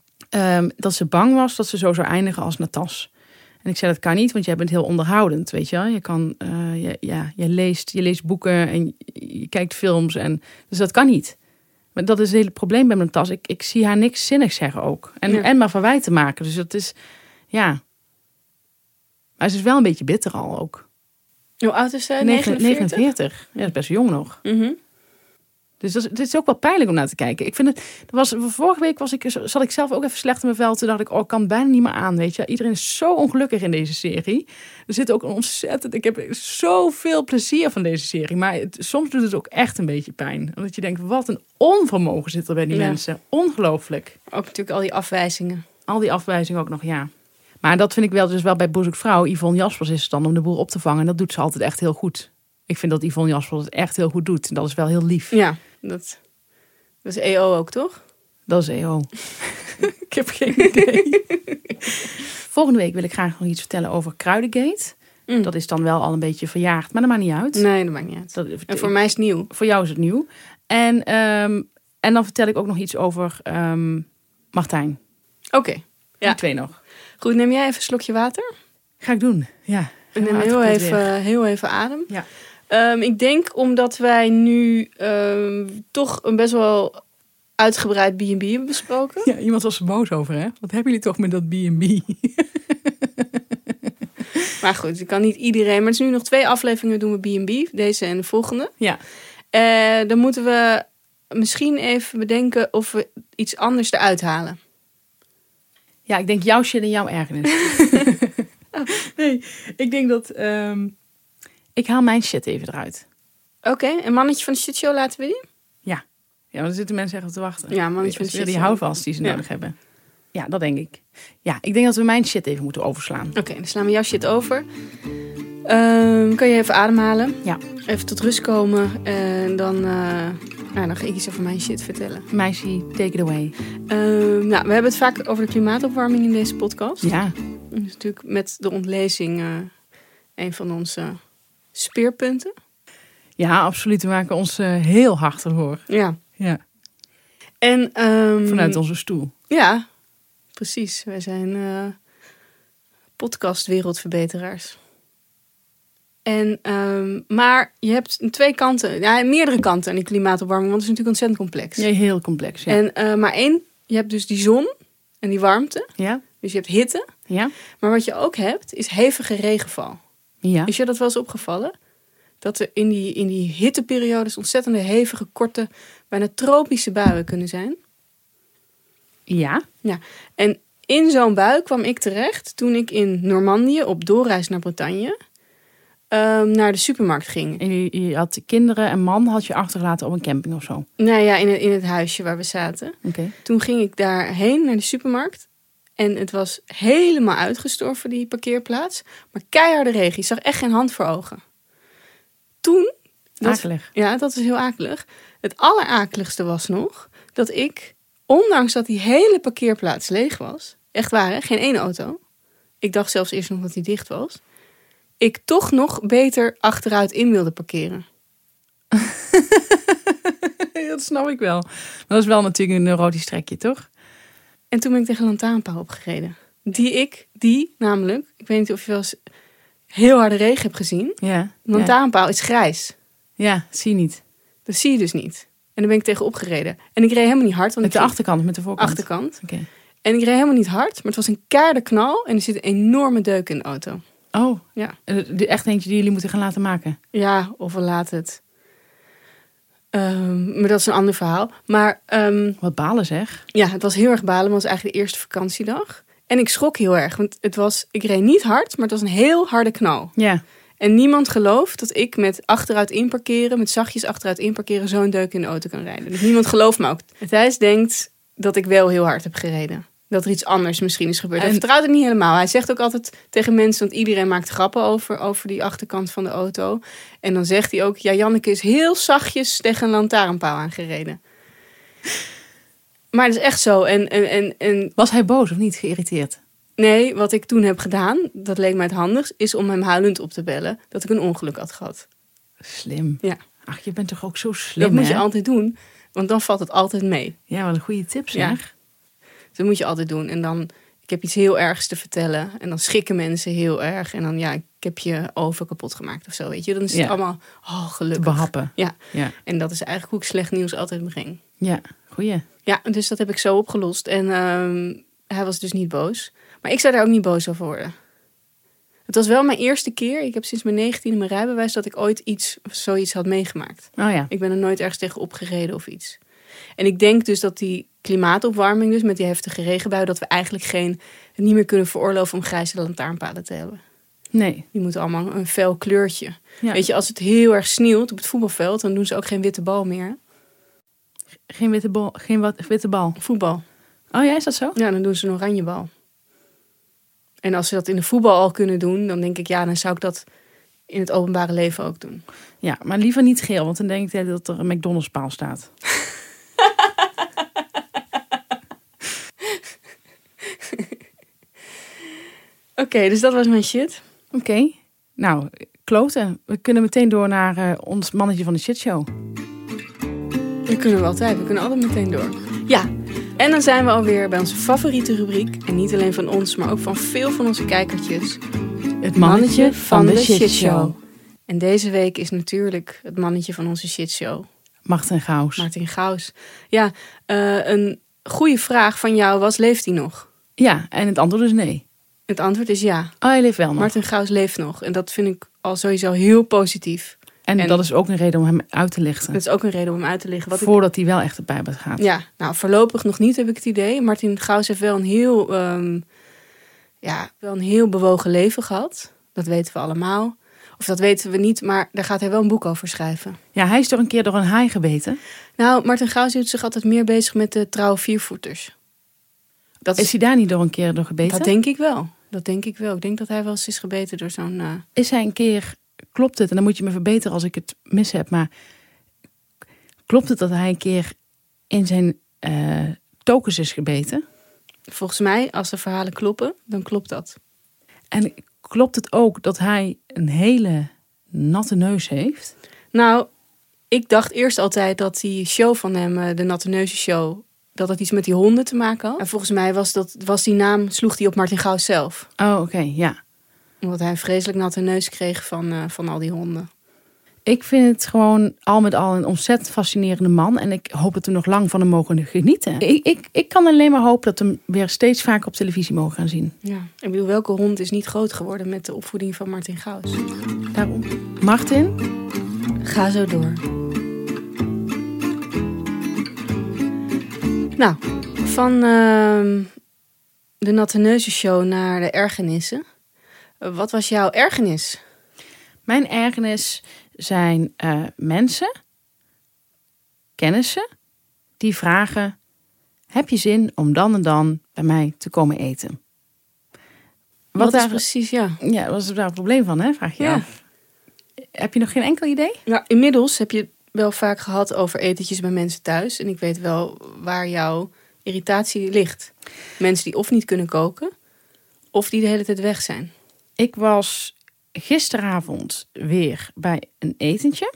Um, dat ze bang was dat ze zo zou eindigen als Natas. En ik zei, dat kan niet, want jij bent heel onderhoudend, weet je wel. Je, kan, uh, je, ja, je, leest, je leest boeken en je, je kijkt films. En, dus dat kan niet. Maar dat is het hele probleem bij Natas. Ik, ik zie haar niks zinnigs zeggen ook. En, ja. en maar verwijten maken. Dus dat is, ja... Maar ze is wel een beetje bitter al ook. Hoe oud is zij? negenenveertig? negenenveertig. Ja, dat is best jong nog. Mm-hmm. Dus dat is, het is ook wel pijnlijk om naar te kijken. Ik vind het, dat was, vorige week was ik, zat ik zelf ook even slecht in mijn vel. Toen dacht ik, oh, ik kan het bijna niet meer aan, weet je. Iedereen is zo ongelukkig in deze serie. Er zit ook een ontzettend... Ik heb zoveel plezier van deze serie. Maar het, soms doet het ook echt een beetje pijn. Omdat je denkt, wat een onvermogen zit er bij die ja. mensen. Ongelooflijk. Ook natuurlijk al die afwijzingen. Al die afwijzingen ook nog, ja. Maar dat vind ik wel, dus wel bij Boer zoekt vrouw. Yvonne Jaspers is het dan om de boel op te vangen. En dat doet ze altijd echt heel goed. Ik vind dat Yvonne Jaspers het echt heel goed doet. En dat is wel heel lief. Ja, dat, dat is E O ook, toch? Dat is E O. Ik heb geen idee. Volgende week wil ik graag nog iets vertellen over Kruidengate. Mm. Dat is dan wel al een beetje verjaagd, maar dat maakt niet uit. Nee, dat maakt niet uit. Dat, en voor mij is het nieuw. Voor jou is het nieuw. En, um, en dan vertel ik ook nog iets over um, Martijn. Oké. Okay. Ja. Die twee nog. Goed, neem jij even een slokje water? Ga ik doen, ja. Ik neem heel even, heel even adem. Ja. Um, ik denk omdat wij nu um, toch een best wel uitgebreid B en B hebben besproken. Ja, iemand was er boos over, hè? Wat hebben jullie toch met dat B en B? Maar goed, ik kan niet iedereen. Maar het is nu nog twee afleveringen doen we B en B. Deze en de volgende. Ja. Uh, dan moeten we misschien even bedenken of we iets anders eruit halen. Ja, ik denk jouw shit en jouw ergernis. oh. Nee, ik denk dat... Um, ik haal mijn shit even eruit. Oké, okay, een mannetje van de shitshow laten we die? Ja. Ja, want dan zitten mensen echt op te wachten. Ja, mannetje van de shitshow. Die houvast die ze ja. nodig hebben. Ja, dat denk ik. Ja, ik denk dat we mijn shit even moeten overslaan. Oké, okay, dan slaan we jouw shit over. Um, kan je even ademhalen? Ja. Even tot rust komen. En dan, uh, nou, dan ga ik iets over mijn shit vertellen. Meisje, take it away. Um, nou, we hebben het vaak over de klimaatopwarming in deze podcast. Ja. Dat is natuurlijk met de ontlezing uh, een van onze speerpunten. Ja, absoluut. We maken ons uh, heel hard ervoor. Ja. Ja. En, um, vanuit onze stoel. Ja, precies. Wij zijn uh, podcastwereldverbeteraars. En, um, maar je hebt twee kanten, ja, meerdere kanten aan die klimaatopwarming, want het is natuurlijk ontzettend complex. Ja, heel complex, ja. En, uh, maar één, je hebt dus die zon en die warmte. Ja. Dus je hebt hitte. Ja. Maar wat je ook hebt, is hevige regenval. Ja. Is je dat wel eens opgevallen? Dat er in die, in die hitteperiodes ontzettende hevige, korte, bijna tropische buien kunnen zijn. Ja. Ja. En in zo'n bui kwam ik terecht toen ik in Normandië op doorreis naar Bretagne um, naar de supermarkt ging. En je, je had kinderen en man had je achtergelaten op een camping of zo? Nou ja, in het, in het huisje waar we zaten. Oké. Okay. Toen ging ik daarheen naar de supermarkt. En het was helemaal uitgestorven, die parkeerplaats. Maar keiharde regen. Je zag echt geen hand voor ogen. Toen... Dat, akelig. Ja, dat is heel akelig. Het allerakeligste was nog dat ik, ondanks dat die hele parkeerplaats leeg was, echt waar, hè? Geen één auto. Ik dacht zelfs eerst nog dat die dicht was. Ik toch nog beter achteruit in wilde parkeren. Dat snap ik wel. Maar dat is wel natuurlijk een neurotisch trekje, toch? En toen ben ik tegen een lantaarnpaal opgereden. Die ik, die namelijk, ik weet niet of je wel eens heel harde regen hebt gezien. Ja. Een lantaarnpaal is grijs. Ja, zie je niet. Dat zie je dus niet. En daar ben ik tegen opgereden. En ik reed helemaal niet hard. Want met de ging... achterkant of met de voorkant? Achterkant. Oké. Okay. En ik reed helemaal niet hard, maar het was een keiharde knal. En er zit een enorme deuk in de auto. Oh, ja. Echt eentje die jullie moeten gaan laten maken? Ja, of we laten het. Um, maar dat is een ander verhaal. Maar, um, wat balen zeg. Ja, het was heel erg balen. Maar het was eigenlijk de eerste vakantiedag. En ik schrok heel erg. Want het was, ik reed niet hard, maar het was een heel harde knal. Ja. En niemand gelooft dat ik met achteruit inparkeren, met zachtjes achteruit inparkeren, zo'n deuk in de auto kan rijden. Dus niemand gelooft me ook. Thijs denkt dat ik wel heel hard heb gereden. Dat er iets anders misschien is gebeurd. En... Hij vertrouwt het niet helemaal. Hij zegt ook altijd tegen mensen, want iedereen maakt grappen over, over die achterkant van de auto. En dan zegt hij ook, ja, Janneke is heel zachtjes tegen een lantaarnpaal aangereden. Maar dat is echt zo. En, en, en, en... Was hij boos of niet, geïrriteerd? Nee, wat ik toen heb gedaan, dat leek mij het handigst, is om hem huilend op te bellen dat ik een ongeluk had gehad. Slim. Ja. Ach, je bent toch ook zo slim, Dat moet hè? je altijd doen, want dan valt het altijd mee. Ja, wat een goede tip, zeg. Ja. Dat moet je altijd doen. En dan, ik heb iets heel ergs te vertellen. En dan schrikken mensen heel erg. En dan, ja, ik heb je oven kapot gemaakt of zo, weet je. Dan is het ja. allemaal, oh, gelukkig. Te behappen. Ja. ja. En dat is eigenlijk hoe ik slecht nieuws altijd breng. Ja, goeie. Ja, dus dat heb ik zo opgelost. En um, hij was dus niet boos. Maar ik zou daar ook niet boos over worden. Het was wel mijn eerste keer. Ik heb sinds mijn negentiende mijn rijbewijs dat ik ooit iets, zoiets had meegemaakt. Oh ja. Ik ben er nooit ergens tegen opgereden of iets. En ik denk dus dat die klimaatopwarming, dus met die heftige regenbui, dat we eigenlijk geen, niet meer kunnen veroorloven om grijze lantaarnpalen te hebben. Nee. Die moeten allemaal een fel kleurtje. Ja. Weet je, als het heel erg sneeuwt op het voetbalveld, dan doen ze ook geen witte bal meer. Geen witte bal? Geen wat, witte bal? Voetbal. Oh ja, is dat zo? Ja, dan doen ze een oranje bal. En als ze dat in de voetbal al kunnen doen, dan denk ik, ja, dan zou ik dat in het openbare leven ook doen. Ja, maar liever niet geel, want dan denk ik dat er een McDonald's paal staat. Oké, okay, dus dat was mijn shit. Oké, okay. Nou, kloten. We kunnen meteen door naar uh, ons mannetje van de shitshow. Dat kunnen we altijd. We kunnen altijd meteen door. Ja, en dan zijn we alweer bij onze favoriete rubriek. En niet alleen van ons, maar ook van veel van onze kijkertjes. Het mannetje van de shitshow. En deze week is natuurlijk het mannetje van onze shitshow. Martin Gaus. Martin Gaus. Ja, uh, een goede vraag van jou was, leeft hij nog? Ja, en het antwoord is nee. Het antwoord is ja. Oh, hij leeft wel nog. Martin Gaus leeft nog. En dat vind ik al sowieso heel positief. En, en dat is ook een reden om hem uit te lichten. Dat is ook een reden om hem uit te lichten. Wat Voordat ik... hij wel echt op bijbad gaat. Ja, nou voorlopig nog niet, heb ik het idee. Martin Gaus heeft wel een heel, um, ja, wel een heel bewogen leven gehad. Dat weten we allemaal. Of dat weten we niet, maar daar gaat hij wel een boek over schrijven. Ja, hij is toch een keer door een haai gebeten? Nou, Martin Gaus hield zich altijd meer bezig met de trouwe viervoeters. Dat is, is hij daar niet door een keer door gebeten? Dat denk ik wel. Dat denk ik wel. Ik denk dat hij wel eens is gebeten door zo'n... Uh... Is hij een keer... Klopt het? En dan moet je me verbeteren als ik het mis heb. Maar klopt het dat hij een keer in zijn uh, tokens is gebeten? Volgens mij, als de verhalen kloppen, dan klopt dat. En klopt het ook dat hij een hele natte neus heeft? Nou, ik dacht eerst altijd dat die show van hem, de Natte Neuzen Show, dat het iets met die honden te maken had. En volgens mij was, dat, was die naam, sloeg die op Martin Gauws zelf. Oh, oké, okay, ja. Omdat hij een vreselijk natte neus kreeg van, uh, van al die honden. Ik vind het gewoon al met al een ontzettend fascinerende man. En ik hoop dat we nog lang van hem mogen genieten. Ik, ik, ik kan alleen maar hopen dat we hem weer steeds vaker op televisie mogen gaan zien. Ja, ik bedoel, welke hond is niet groot geworden met de opvoeding van Martin Gauws? Daarom. Martin, ga zo door. Nou, van uh, de Natte Neuzenshow naar de ergernissen. Uh, wat was jouw ergernis? Mijn ergernis zijn uh, mensen, kennissen, die vragen: heb je zin om dan en dan bij mij te komen eten? Wat, wat daar, is precies, ja. Ja, wat is daar het probleem van, hè? Vraag je ja. af. Heb je nog geen enkel idee? Nou, inmiddels heb je wel vaak gehad over etentjes bij mensen thuis. En ik weet wel waar jouw irritatie ligt. Mensen die of niet kunnen koken, of die de hele tijd weg zijn. Ik was gisteravond weer bij een etentje.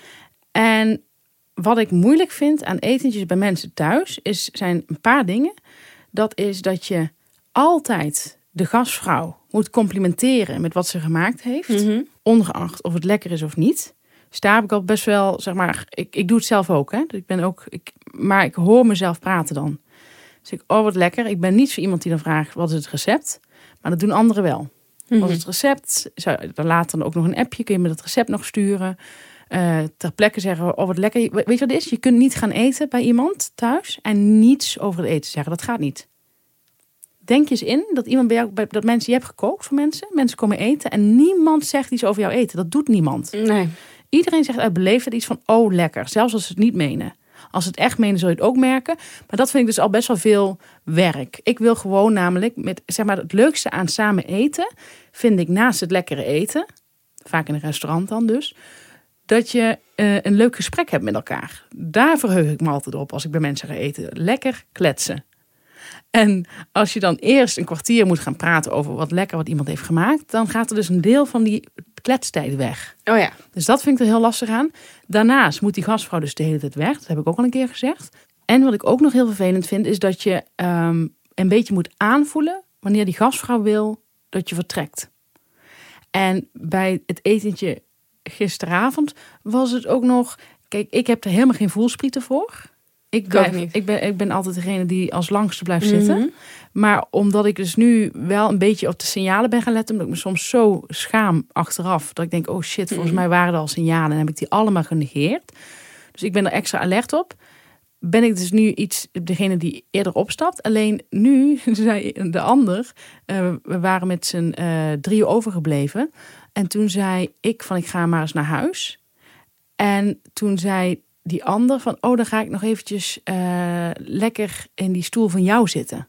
En wat ik moeilijk vind aan etentjes bij mensen thuis, is, zijn een paar dingen. Dat is dat je altijd de gastvrouw moet complimenteren met wat ze gemaakt heeft. Mm-hmm. Ongeacht of het lekker is of niet. Dus daar heb ik al best wel, zeg maar, ik, ik doe het zelf ook. Hè? Dus ik ben ook ik, maar ik hoor mezelf praten dan. Dus ik, oh wat lekker. Ik ben niet zo iemand die dan vraagt, wat is het recept? Maar dat doen anderen wel. Mm-hmm. Wat is het recept? Dan laat dan ook nog een appje. Kun je me dat recept nog sturen? Uh, ter plekke zeggen, oh wat lekker. Weet je wat het is? Je kunt niet gaan eten bij iemand thuis en niets over het eten zeggen. Dat gaat niet. Denk je eens in dat iemand bij jou, dat mensen, je hebt gekookt voor mensen. Mensen komen eten en niemand zegt iets over jou eten. Dat doet niemand. Nee. Iedereen zegt uit beleefdheid iets van, oh lekker. Zelfs als ze het niet menen. Als ze het echt menen, zul je het ook merken. Maar dat vind ik dus al best wel veel werk. Ik wil gewoon namelijk, met, zeg maar, het leukste aan samen eten, vind ik naast het lekkere eten, vaak in een restaurant dan dus, dat je uh, een leuk gesprek hebt met elkaar. Daar verheug ik me altijd op als ik bij mensen ga eten. Lekker kletsen. En als je dan eerst een kwartier moet gaan praten over wat lekker wat iemand heeft gemaakt, dan gaat er dus een deel van die kletstijd weg. Oh ja. Dus dat vind ik er heel lastig aan. Daarnaast moet die gastvrouw dus de hele tijd weg. Dat heb ik ook al een keer gezegd. En wat ik ook nog heel vervelend vind, is dat je um, een beetje moet aanvoelen wanneer die gastvrouw wil dat je vertrekt. En bij het etentje gisteravond was het ook nog, kijk, ik heb er helemaal geen voelsprieten voor. Ik, blijf, ik, ik, ben, ik ben altijd degene die als langste blijft mm-hmm. zitten. Maar omdat ik dus nu wel een beetje op de signalen ben gaan letten, omdat ik me soms zo schaam achteraf, dat ik denk, oh shit, volgens mij waren er al signalen en heb ik die allemaal genegeerd. Dus ik ben er extra alert op. Ben ik dus nu iets, degene die eerder opstapt. Alleen nu, zei de ander, uh, we waren met z'n uh, drieën overgebleven. En toen zei ik van, ik ga maar eens naar huis. En toen zei die ander van, oh, dan ga ik nog eventjes uh, lekker in die stoel van jou zitten.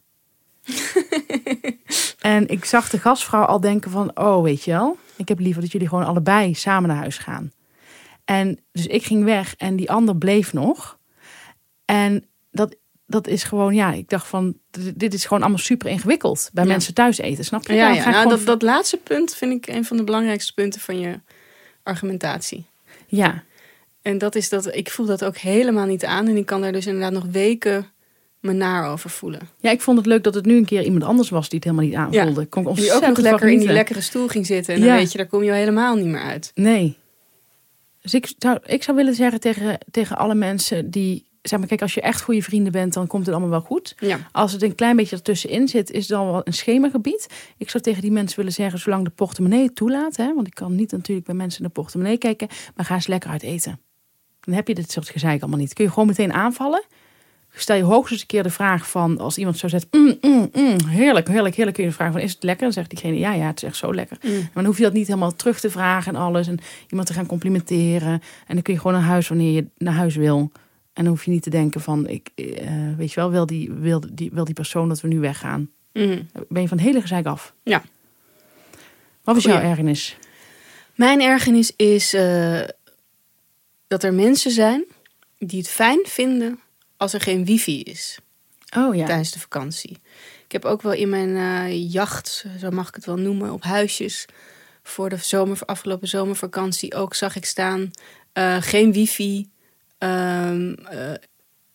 En ik zag de gastvrouw al denken van, oh, weet je wel, ik heb liever dat jullie gewoon allebei samen naar huis gaan. En dus ik ging weg en die ander bleef nog. En dat, dat is gewoon, ja, ik dacht van, dit is gewoon allemaal super ingewikkeld bij ja. mensen thuis eten, snap je? Ja, ja. Nou, gewoon... dat, dat laatste punt vind ik een van de belangrijkste punten van je argumentatie. Ja. En dat is dat, ik voel dat ook helemaal niet aan. En ik kan daar dus inderdaad nog weken me naar over voelen. Ja, ik vond het leuk dat het nu een keer iemand anders was die het helemaal niet aanvoelde. Ja. Kon ik die ook nog lekker in die lekkere stoel ging zitten. En dan ja. weet je, daar kom je helemaal niet meer uit. Nee. Dus ik zou, ik zou willen zeggen tegen, tegen alle mensen die, zeg maar, kijk, als je echt goede vrienden bent, dan komt het allemaal wel goed. Ja. Als het een klein beetje ertussenin zit, is het dan wel een schemagebied. Ik zou tegen die mensen willen zeggen, zolang de portemonnee het toelaat, hè, want ik kan niet natuurlijk bij mensen in de portemonnee kijken, maar ga eens lekker uit eten. Dan heb je dit soort gezeik allemaal niet. Kun je gewoon meteen aanvallen. Stel je hoogstens een keer de vraag van, als iemand zo zegt, mm, mm, mm, heerlijk, heerlijk, heerlijk, kun je de vraag van, is het lekker? Dan zegt diegene, ja, ja, het is echt zo lekker. Mm. Maar dan hoef je dat niet helemaal terug te vragen en alles. En iemand te gaan complimenteren. En dan kun je gewoon naar huis wanneer je naar huis wil. En dan hoef je niet te denken van, ik, uh, weet je wel, wil die, wil, die, wil die persoon dat we nu weggaan? Mm. Ben je van het hele gezeik af. Ja. Wat was jouw ergernis? Mijn ergernis is uh, dat er mensen zijn die het fijn vinden als er geen wifi is. Oh, ja. Tijdens de vakantie. Ik heb ook wel in mijn uh, jacht, zo mag ik het wel noemen, op huisjes voor de zomer, afgelopen zomervakantie ook zag ik staan, uh, geen wifi, um, uh,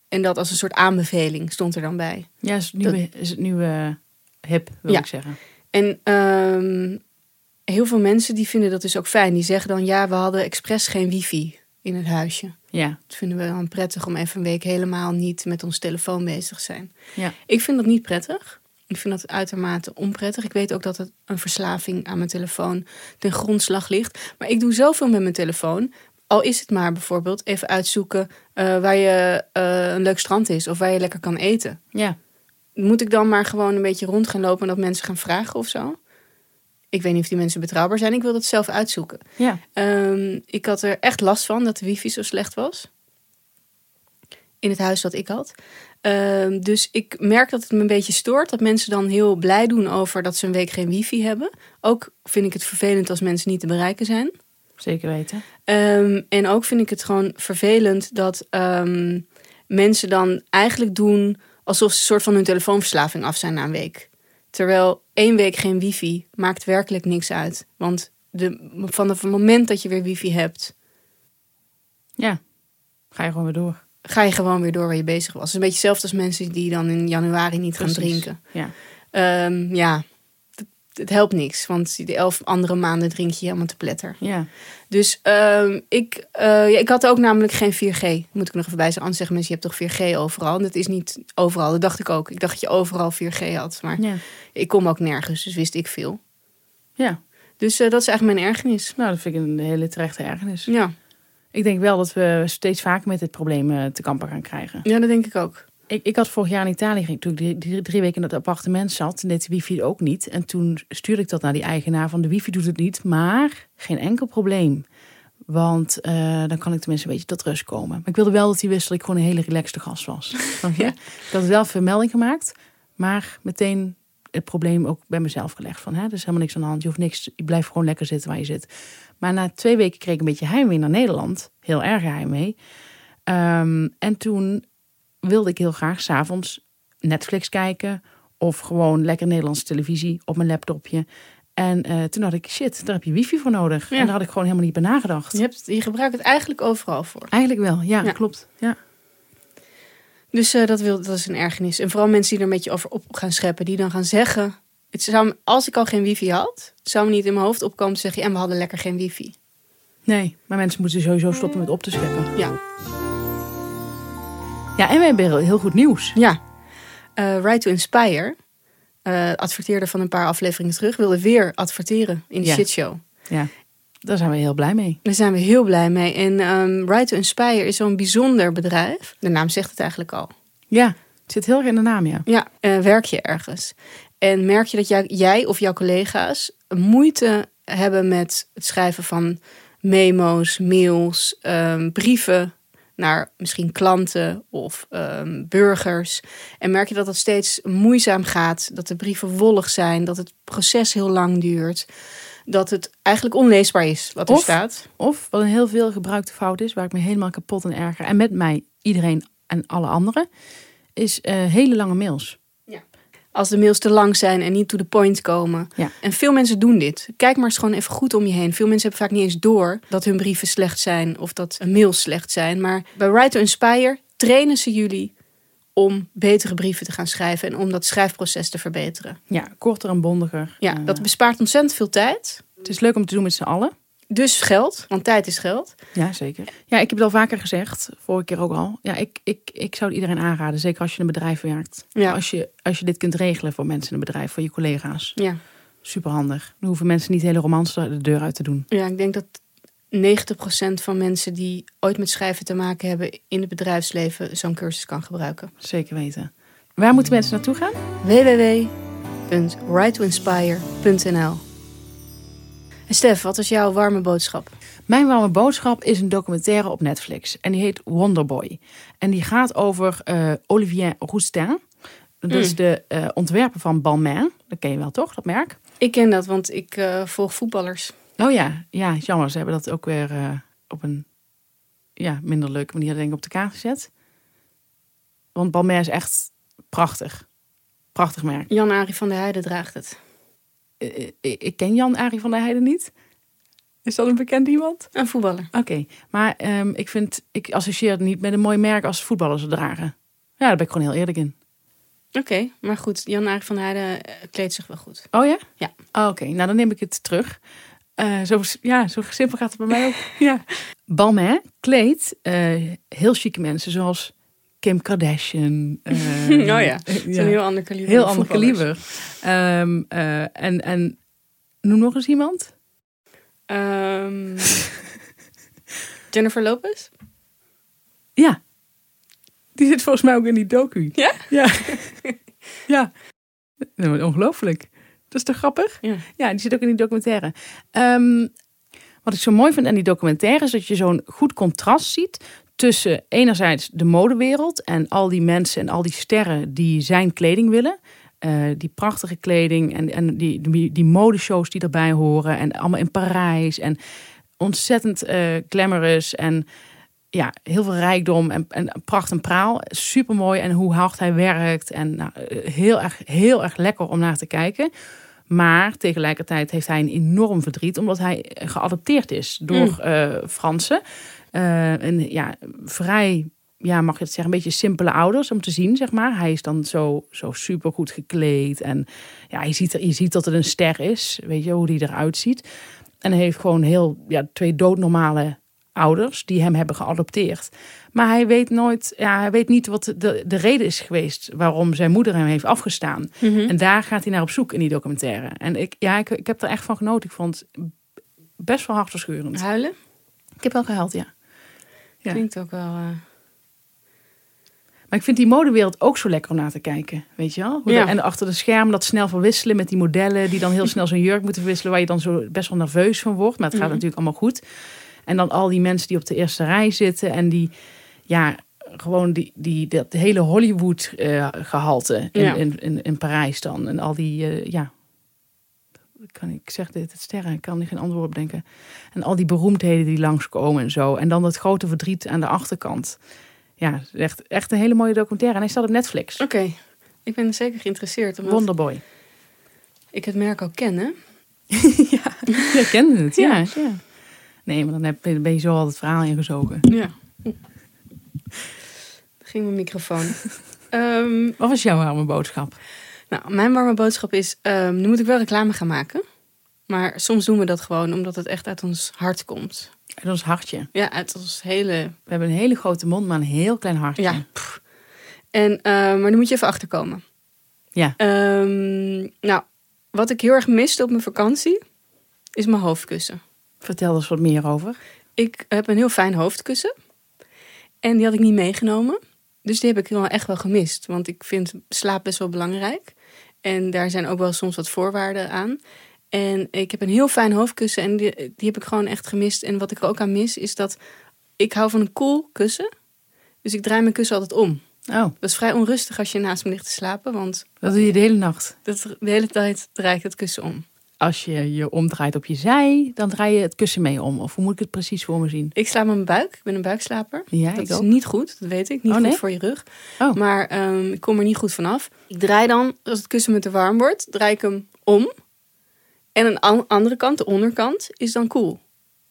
En dat als een soort aanbeveling stond er dan bij. Ja, is het nieuwe, is het nieuwe hip, wil Ja. ik zeggen. En um, heel veel mensen die vinden dat dus ook fijn. Die zeggen dan, ja, we hadden expres geen wifi in het huisje. Ja. Dat vinden we dan prettig om even een week helemaal niet met ons telefoon bezig te zijn. Ja. Ik vind dat niet prettig. Ik vind dat uitermate onprettig. Ik weet ook dat het een verslaving aan mijn telefoon ten grondslag ligt. Maar ik doe zoveel met mijn telefoon. Al is het maar bijvoorbeeld even uitzoeken uh, waar je uh, een leuk strand is. Of waar je lekker kan eten. Ja. Moet ik dan maar gewoon een beetje rond gaan lopen en dat mensen gaan vragen of zo? Ik weet niet of die mensen betrouwbaar zijn. Ik wil dat zelf uitzoeken. Ja. Um, ik had er echt last van dat de wifi zo slecht was. In het huis dat ik had. Um, dus ik merk dat het me een beetje stoort. Dat mensen dan heel blij doen over dat ze een week geen wifi hebben. Ook vind ik het vervelend als mensen niet te bereiken zijn. Zeker weten. Um, en ook vind ik het gewoon vervelend dat um, mensen dan eigenlijk doen alsof ze een soort van hun telefoonverslaving af zijn na een week. Terwijl één week geen wifi maakt werkelijk niks uit. Want de, vanaf het moment dat je weer wifi hebt, Ja, ga je gewoon weer door. ga je gewoon weer door waar je bezig was. Het is een beetje hetzelfde als mensen die dan in januari niet gaan Precies. drinken. Ja. Um, ja, het, het helpt niks. Want de elf andere maanden drink je helemaal te pletter. Ja. Dus um, ik, uh, ja, ik had ook namelijk geen vier G. Moet ik nog even bij zijn. Anders zeggen mensen, je hebt toch vier G overal? En dat is niet overal. Dat dacht ik ook. Ik dacht dat je overal vier G had. Maar Ja. ik kom ook nergens, dus wist ik veel. Ja. Dus uh, dat is eigenlijk mijn ergernis. Nou, dat vind ik een hele terechte ergernis. Ja, Ik denk wel dat we steeds vaker met dit probleem uh, te kampen gaan krijgen. ja dat denk ik ook. Ik, ik had vorig jaar in Italië, ging, toen ik drie, drie, drie weken in dat appartement zat, deed de wifi ook niet. En toen stuurde ik dat naar die eigenaar van de wifi doet het niet, maar geen enkel probleem. Want uh, dan kan ik tenminste een beetje tot rust komen. Maar ik wilde wel dat hij wist dat ik gewoon een hele relaxte gast was. Snap je? Ja. Ik had wel vermelding gemaakt, maar meteen het probleem ook bij mezelf gelegd. Van, hè, er is helemaal niks aan de hand, je hoeft niks, je blijft gewoon lekker zitten waar je zit. Maar na twee weken kreeg ik een beetje heimwee naar Nederland. Heel erg heimwee. Um, en toen wilde ik heel graag 's avonds Netflix kijken. Of gewoon lekker Nederlandse televisie op mijn laptopje. En uh, toen dacht ik, shit, daar heb je wifi voor nodig. Ja. En daar had ik gewoon helemaal niet bij nagedacht. Je, hebt, je gebruikt het eigenlijk overal voor. Eigenlijk wel, ja, Ja. klopt. Ja. Dus uh, dat, wil, dat is een ergernis. En vooral mensen die er een beetje over op gaan scheppen. Die dan gaan zeggen, het zou, als ik al geen wifi had, zou me niet in mijn hoofd opkomen te zeggen, en we hadden lekker geen wifi. Nee, maar mensen moeten sowieso stoppen met op te scheppen. Ja. Ja, en we hebben heel goed nieuws. Ja. Uh, Right to Inspire uh, adverteerde van een paar afleveringen terug. Wilde weer adverteren in de Ja. shitshow. Ja, daar zijn we heel blij mee. Daar zijn we heel blij mee. En um, Right to Inspire is zo'n bijzonder bedrijf. De naam zegt het eigenlijk al. Ja, het zit heel erg in de naam, ja. Ja, uh, werk je ergens. En merk je dat jij, jij of jouw collega's moeite hebben met het schrijven van memo's, mails, um, brieven naar misschien klanten of um, burgers. En merk je dat het steeds moeizaam gaat, dat de brieven wollig zijn, dat het proces heel lang duurt, dat het eigenlijk onleesbaar is wat er Of- staat. Of, wat een heel veel gebruikte fout is, waar ik me helemaal kapot en erger, en met mij, iedereen en alle anderen, is uh, hele lange mails. Als de mails te lang zijn en niet to the point komen. Ja. En veel mensen doen dit. Kijk maar eens gewoon even goed om je heen. Veel mensen hebben vaak niet eens door dat hun brieven slecht zijn of dat mails slecht zijn. Maar bij Right to Inspire trainen ze jullie om betere brieven te gaan schrijven en om dat schrijfproces te verbeteren. Ja, korter en bondiger. Ja, Uh, dat bespaart ontzettend veel tijd. Het is leuk om te doen met z'n allen. Dus geld, want tijd is geld. Ja, zeker. Ja, ik heb het al vaker gezegd, vorige keer ook al. Ja, ik, ik, ik zou het iedereen aanraden, zeker als je in een bedrijf werkt. Ja. Als je, als je dit kunt regelen voor mensen in een bedrijf, voor je collega's. Ja. Superhandig. Dan hoeven mensen niet hele romans de deur uit te doen. Ja, ik denk dat negentig procent van mensen die ooit met schrijven te maken hebben in het bedrijfsleven zo'n cursus kan gebruiken. Zeker weten. Waar moeten mensen naartoe gaan? w w w punt right to inspire punt n l. En Stef, wat is jouw warme boodschap? Mijn warme boodschap is een documentaire op Netflix. En die heet Wonderboy. En die gaat over uh, Olivier Rousteing. Dat is Mm. de uh, ontwerper van Balmain. Dat ken je wel, toch? Dat merk? Ik ken dat, want ik uh, volg voetballers. Oh ja, ja, jammer. Ze hebben dat ook weer uh, op een ja, minder leuke manier denk ik op de kaart gezet. Want Balmain is echt prachtig. Prachtig merk. Jan-Arie van der Heijden draagt het. Uh, ik, ik ken Jan-Arie van der Heijden niet. Is dat een bekend iemand? Een voetballer. Oké, okay. maar um, ik vind, ik associeer het niet met een mooi merk als voetballers het dragen. Ja, daar ben ik gewoon heel eerlijk in. Oké, okay, maar goed. Jan-Arie van Heijden kleedt zich wel goed. Oh ja? Ja. Oh, Oké, okay. Nou dan neem ik het terug. Uh, zo, ja, zo simpel gaat het bij mij ook. Ja. Balmain kleedt uh, heel chique mensen zoals Kim Kardashian. Uh, oh ja, ja. Zo'n heel ander kaliber. Heel ander kaliber. Um, uh, en, en noem nog eens iemand. Um, Jennifer Lopez? Ja. Die zit volgens mij ook in die docu. Ja? Ja. Ja. Ongelooflijk. Dat is toch grappig? Ja. Ja, die zit ook in die documentaire. Um, wat ik zo mooi vind aan die documentaire is dat je zo'n goed contrast ziet tussen enerzijds de modewereld en al die mensen en al die sterren die zijn kleding willen. Uh, die prachtige kleding en, en die, die, die modeshows die erbij horen. En allemaal in Parijs. En ontzettend uh, glamorous. En ja, heel veel rijkdom en, en pracht en praal. Supermooi. En hoe hard hij werkt. En nou, heel, erg, heel erg lekker om naar te kijken. Maar tegelijkertijd heeft hij een enorm verdriet. Omdat hij geadopteerd is door mm. uh, Fransen. Uh, en ja, vrij... ja, mag je het zeggen, een beetje simpele ouders om te zien, zeg maar. Hij is dan zo, zo super goed gekleed. En ja, je ziet, er, je ziet dat het een ster is. Weet je, hoe die eruit ziet. En hij heeft gewoon heel, ja, twee doodnormale ouders die hem hebben geadopteerd. Maar hij weet nooit, ja, hij weet niet wat de, de reden is geweest waarom zijn moeder hem heeft afgestaan. Mm-hmm. En daar gaat hij naar op zoek in die documentaire. En ik, ja, ik, ik heb er echt van genoten. Ik vond het best wel hartverscheurend. Huilen? Ik heb wel gehuild, ja. ja. Klinkt ook wel... Uh... Maar ik vind die modewereld ook zo lekker om naar te kijken. Weet je wel? Hoe ja. dat, en achter de schermen dat snel verwisselen met die modellen die dan heel snel zo'n jurk moeten verwisselen, waar je dan zo best wel nerveus van wordt. Maar het gaat mm-hmm. natuurlijk allemaal goed. En dan al die mensen die op de eerste rij zitten en die, ja, gewoon die, die, dat hele Hollywood uh, gehalte in, ja. in, in, in Parijs dan. En al die, uh, ja, kan ik zeg dit, het sterren, ik kan er geen antwoord op denken. En al die beroemdheden die langskomen en zo. En dan dat grote verdriet aan de achterkant. Ja, echt, echt een hele mooie documentaire. En hij staat op Netflix. Oké, okay. Ik ben zeker geïnteresseerd. Wonderboy. Ik het merk ook ken, hè? ja, jij kende het, ja. ja. ja. Nee, maar dan heb, ben je zo al het verhaal ingezogen. Ja. Dan ging mijn microfoon. um, Wat was jouw warme boodschap? Nou, mijn warme boodschap is... Um, nu moet ik wel reclame gaan maken. Maar soms doen we dat gewoon omdat het echt uit ons hart komt. Uit ons hartje? Ja, uit ons hele... We hebben een hele grote mond, maar een heel klein hartje. Ja. Pff. En, uh, maar daar moet je even achterkomen. Ja. Um, nou, wat ik heel erg miste op mijn vakantie... is mijn hoofdkussen. Vertel eens wat meer over. Ik heb een heel fijn hoofdkussen. En die had ik niet meegenomen. Dus die heb ik wel echt wel gemist. Want ik vind slaap best wel belangrijk. En daar zijn ook wel soms wat voorwaarden aan. En ik heb een heel fijn hoofdkussen. En die, die heb ik gewoon echt gemist. En wat ik er ook aan mis is dat... ik hou van een koel kussen. Dus ik draai mijn kussen altijd om. Oh. Dat is vrij onrustig als je naast me ligt te slapen. Want dat doe je de hele nacht? Dat, de hele tijd draai ik het kussen om. Als je je omdraait op je zij, dan draai je het kussen mee om. Of hoe moet ik het precies voor me zien? Ik slaap met mijn buik. Ik ben een buikslaper. Ja, dat ik is ook. niet goed, dat weet ik. Niet oh, goed nee? voor je rug. Oh. Maar um, ik kom er niet goed vanaf. Ik draai dan, als het kussen me te warm wordt, draai ik hem om. En een an- andere kant, de onderkant, is dan koel.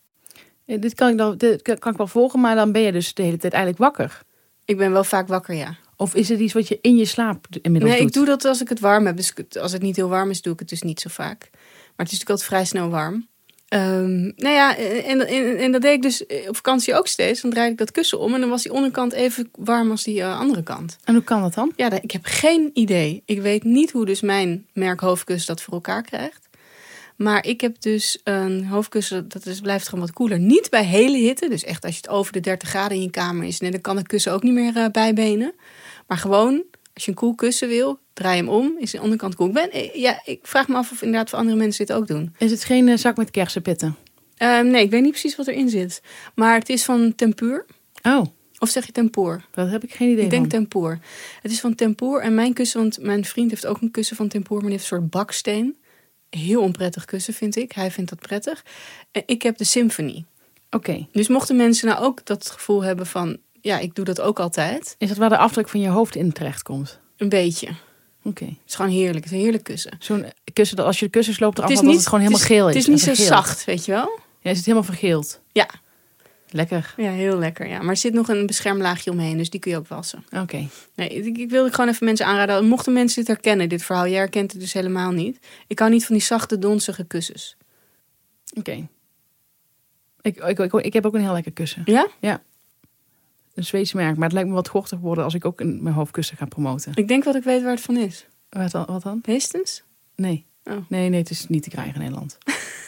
Ja, dit, kan ik dan, dit kan ik wel volgen, maar dan ben je dus de hele tijd eigenlijk wakker. Ik ben wel vaak wakker, ja. Of is het iets wat je in je slaap inmiddels nee, doet? Ik doe dat als ik het warm heb. Dus als het niet heel warm is, doe ik het dus niet zo vaak. Maar het is natuurlijk altijd vrij snel warm. Um, nou ja, en, en, en dat deed ik dus op vakantie ook steeds. Dan draaide ik dat kussen om en dan was die onderkant even warm als die uh, andere kant. En hoe kan dat dan? Ja, ik heb geen idee. Ik weet niet hoe dus mijn merk hoofdkussen dat voor elkaar krijgt. Maar ik heb dus een hoofdkussen, dat is, blijft gewoon wat koeler. Niet bij hele hitte, dus echt als je het over de dertig graden in je kamer is. Nee, dan kan het kussen ook niet meer uh, bijbenen. Maar gewoon, als je een koel kussen wil, draai hem om, is de onderkant koel. Ik, ben, ja, ik vraag me af of inderdaad voor andere mensen dit ook doen. Is het geen uh, zak met kersenpitten? Uh, nee, ik weet niet precies wat erin zit. Maar het is van Tempoor. Oh. Of zeg je Tempoor? Dat heb ik geen idee Ik denk van. Tempoor. Het is van Tempoor en mijn kussen, want mijn vriend heeft ook een kussen van Tempoor, maar die heeft een soort baksteen. Heel onprettig kussen, vind ik. Hij vindt dat prettig. En ik heb de Symphony. Oké. Okay. Dus mochten mensen nou ook dat gevoel hebben van, ja, ik doe dat ook altijd. Is dat waar de afdruk van je hoofd in terecht komt? Een beetje. Oké. Okay. Het is gewoon heerlijk. Het is een heerlijk kussen. Zo'n kussen, als je de kussens loopt eraf, het is dat niet, het gewoon helemaal het is, geel is. Het is niet zo vergeeld. zacht, weet je wel? Ja, is het helemaal vergeeld? Ja. Lekker. Ja, heel lekker. Ja. Maar er zit nog een beschermlaagje omheen, dus die kun je ook wassen. Oké. Okay. Nee, ik, ik wilde gewoon even mensen aanraden. Mochten mensen dit herkennen, dit verhaal. Jij herkent het dus helemaal niet. Ik hou niet van die zachte, donzige kussens. Oké. Okay. Ik, ik, ik, ik heb ook een heel lekker kussen. Ja? Ja. Een Zweedse merk, maar het lijkt me wat gortig worden als ik ook een, mijn hoofdkussen ga promoten. Ik denk dat ik weet waar het van is. Wat dan? Wat dan? Hastings? Nee. Oh. Nee, nee, het is niet te krijgen in Nederland.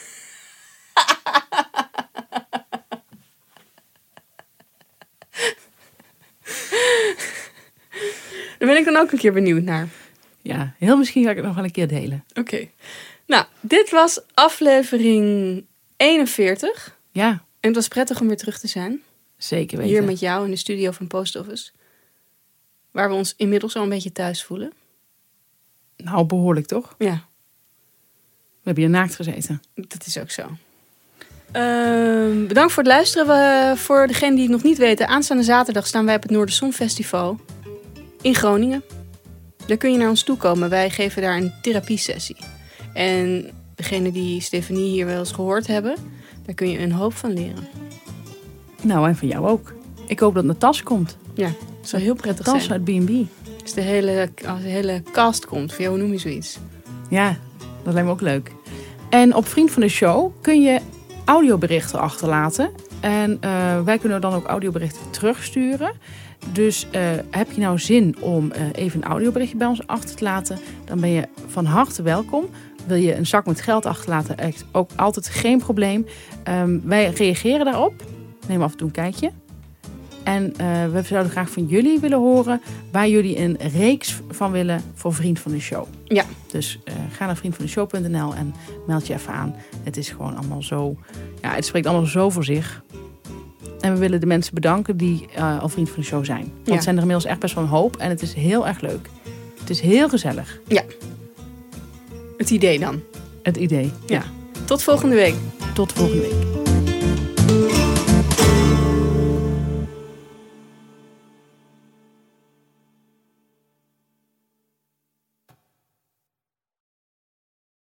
Daar ben ik dan ook een keer benieuwd naar. Ja, heel misschien ga ik het nog wel een keer delen. Oké. Okay. Nou, dit was aflevering eenenveertig. Ja. En het was prettig om weer terug te zijn. Zeker weten. Hier met jou in de studio van Post Office. Waar we ons inmiddels al een beetje thuis voelen. Nou, behoorlijk toch? Ja. We hebben hier naakt gezeten. Dat is ook zo. Uh, bedankt voor het luisteren. We, voor degenen die het nog niet weten. Aanstaande zaterdag staan wij op het Noorderzon Festival. In Groningen. Daar kun je naar ons toe komen. Wij geven daar een therapiesessie. En degenen die Stefanie hier wel eens gehoord hebben. Daar kun je een hoop van leren. Nou, en van jou ook. Ik hoop dat Natas komt. Ja, dat zou heel prettig Natas zijn. uit B en B. Als de hele, als de hele cast komt. Voor jou, hoe noem je zoiets? Ja, dat lijkt me ook leuk. En op Vriend van de Show kun je audioberichten achterlaten. En uh, wij kunnen dan ook audioberichten terugsturen. Dus uh, heb je nou zin om uh, even een audioberichtje bij ons achter te laten, dan ben je van harte welkom. Wil je een zak met geld achterlaten, echt ook altijd geen probleem. Um, wij reageren daarop. Neem af en toe een kijkje. En uh, we zouden graag van jullie willen horen waar jullie een reeks van willen voor Vriend van de Show. Ja. Dus uh, ga naar vriend van de show punt n l en meld je even aan. Het is gewoon allemaal zo, ja, het spreekt allemaal zo voor zich. En we willen de mensen bedanken die uh, al Vriend van de Show zijn. Want ja. het zijn er inmiddels echt best wel een hoop en het is heel erg leuk. Het is heel gezellig. Ja. Het idee dan. Het idee, ja. ja. Tot volgende week. Tot volgende week.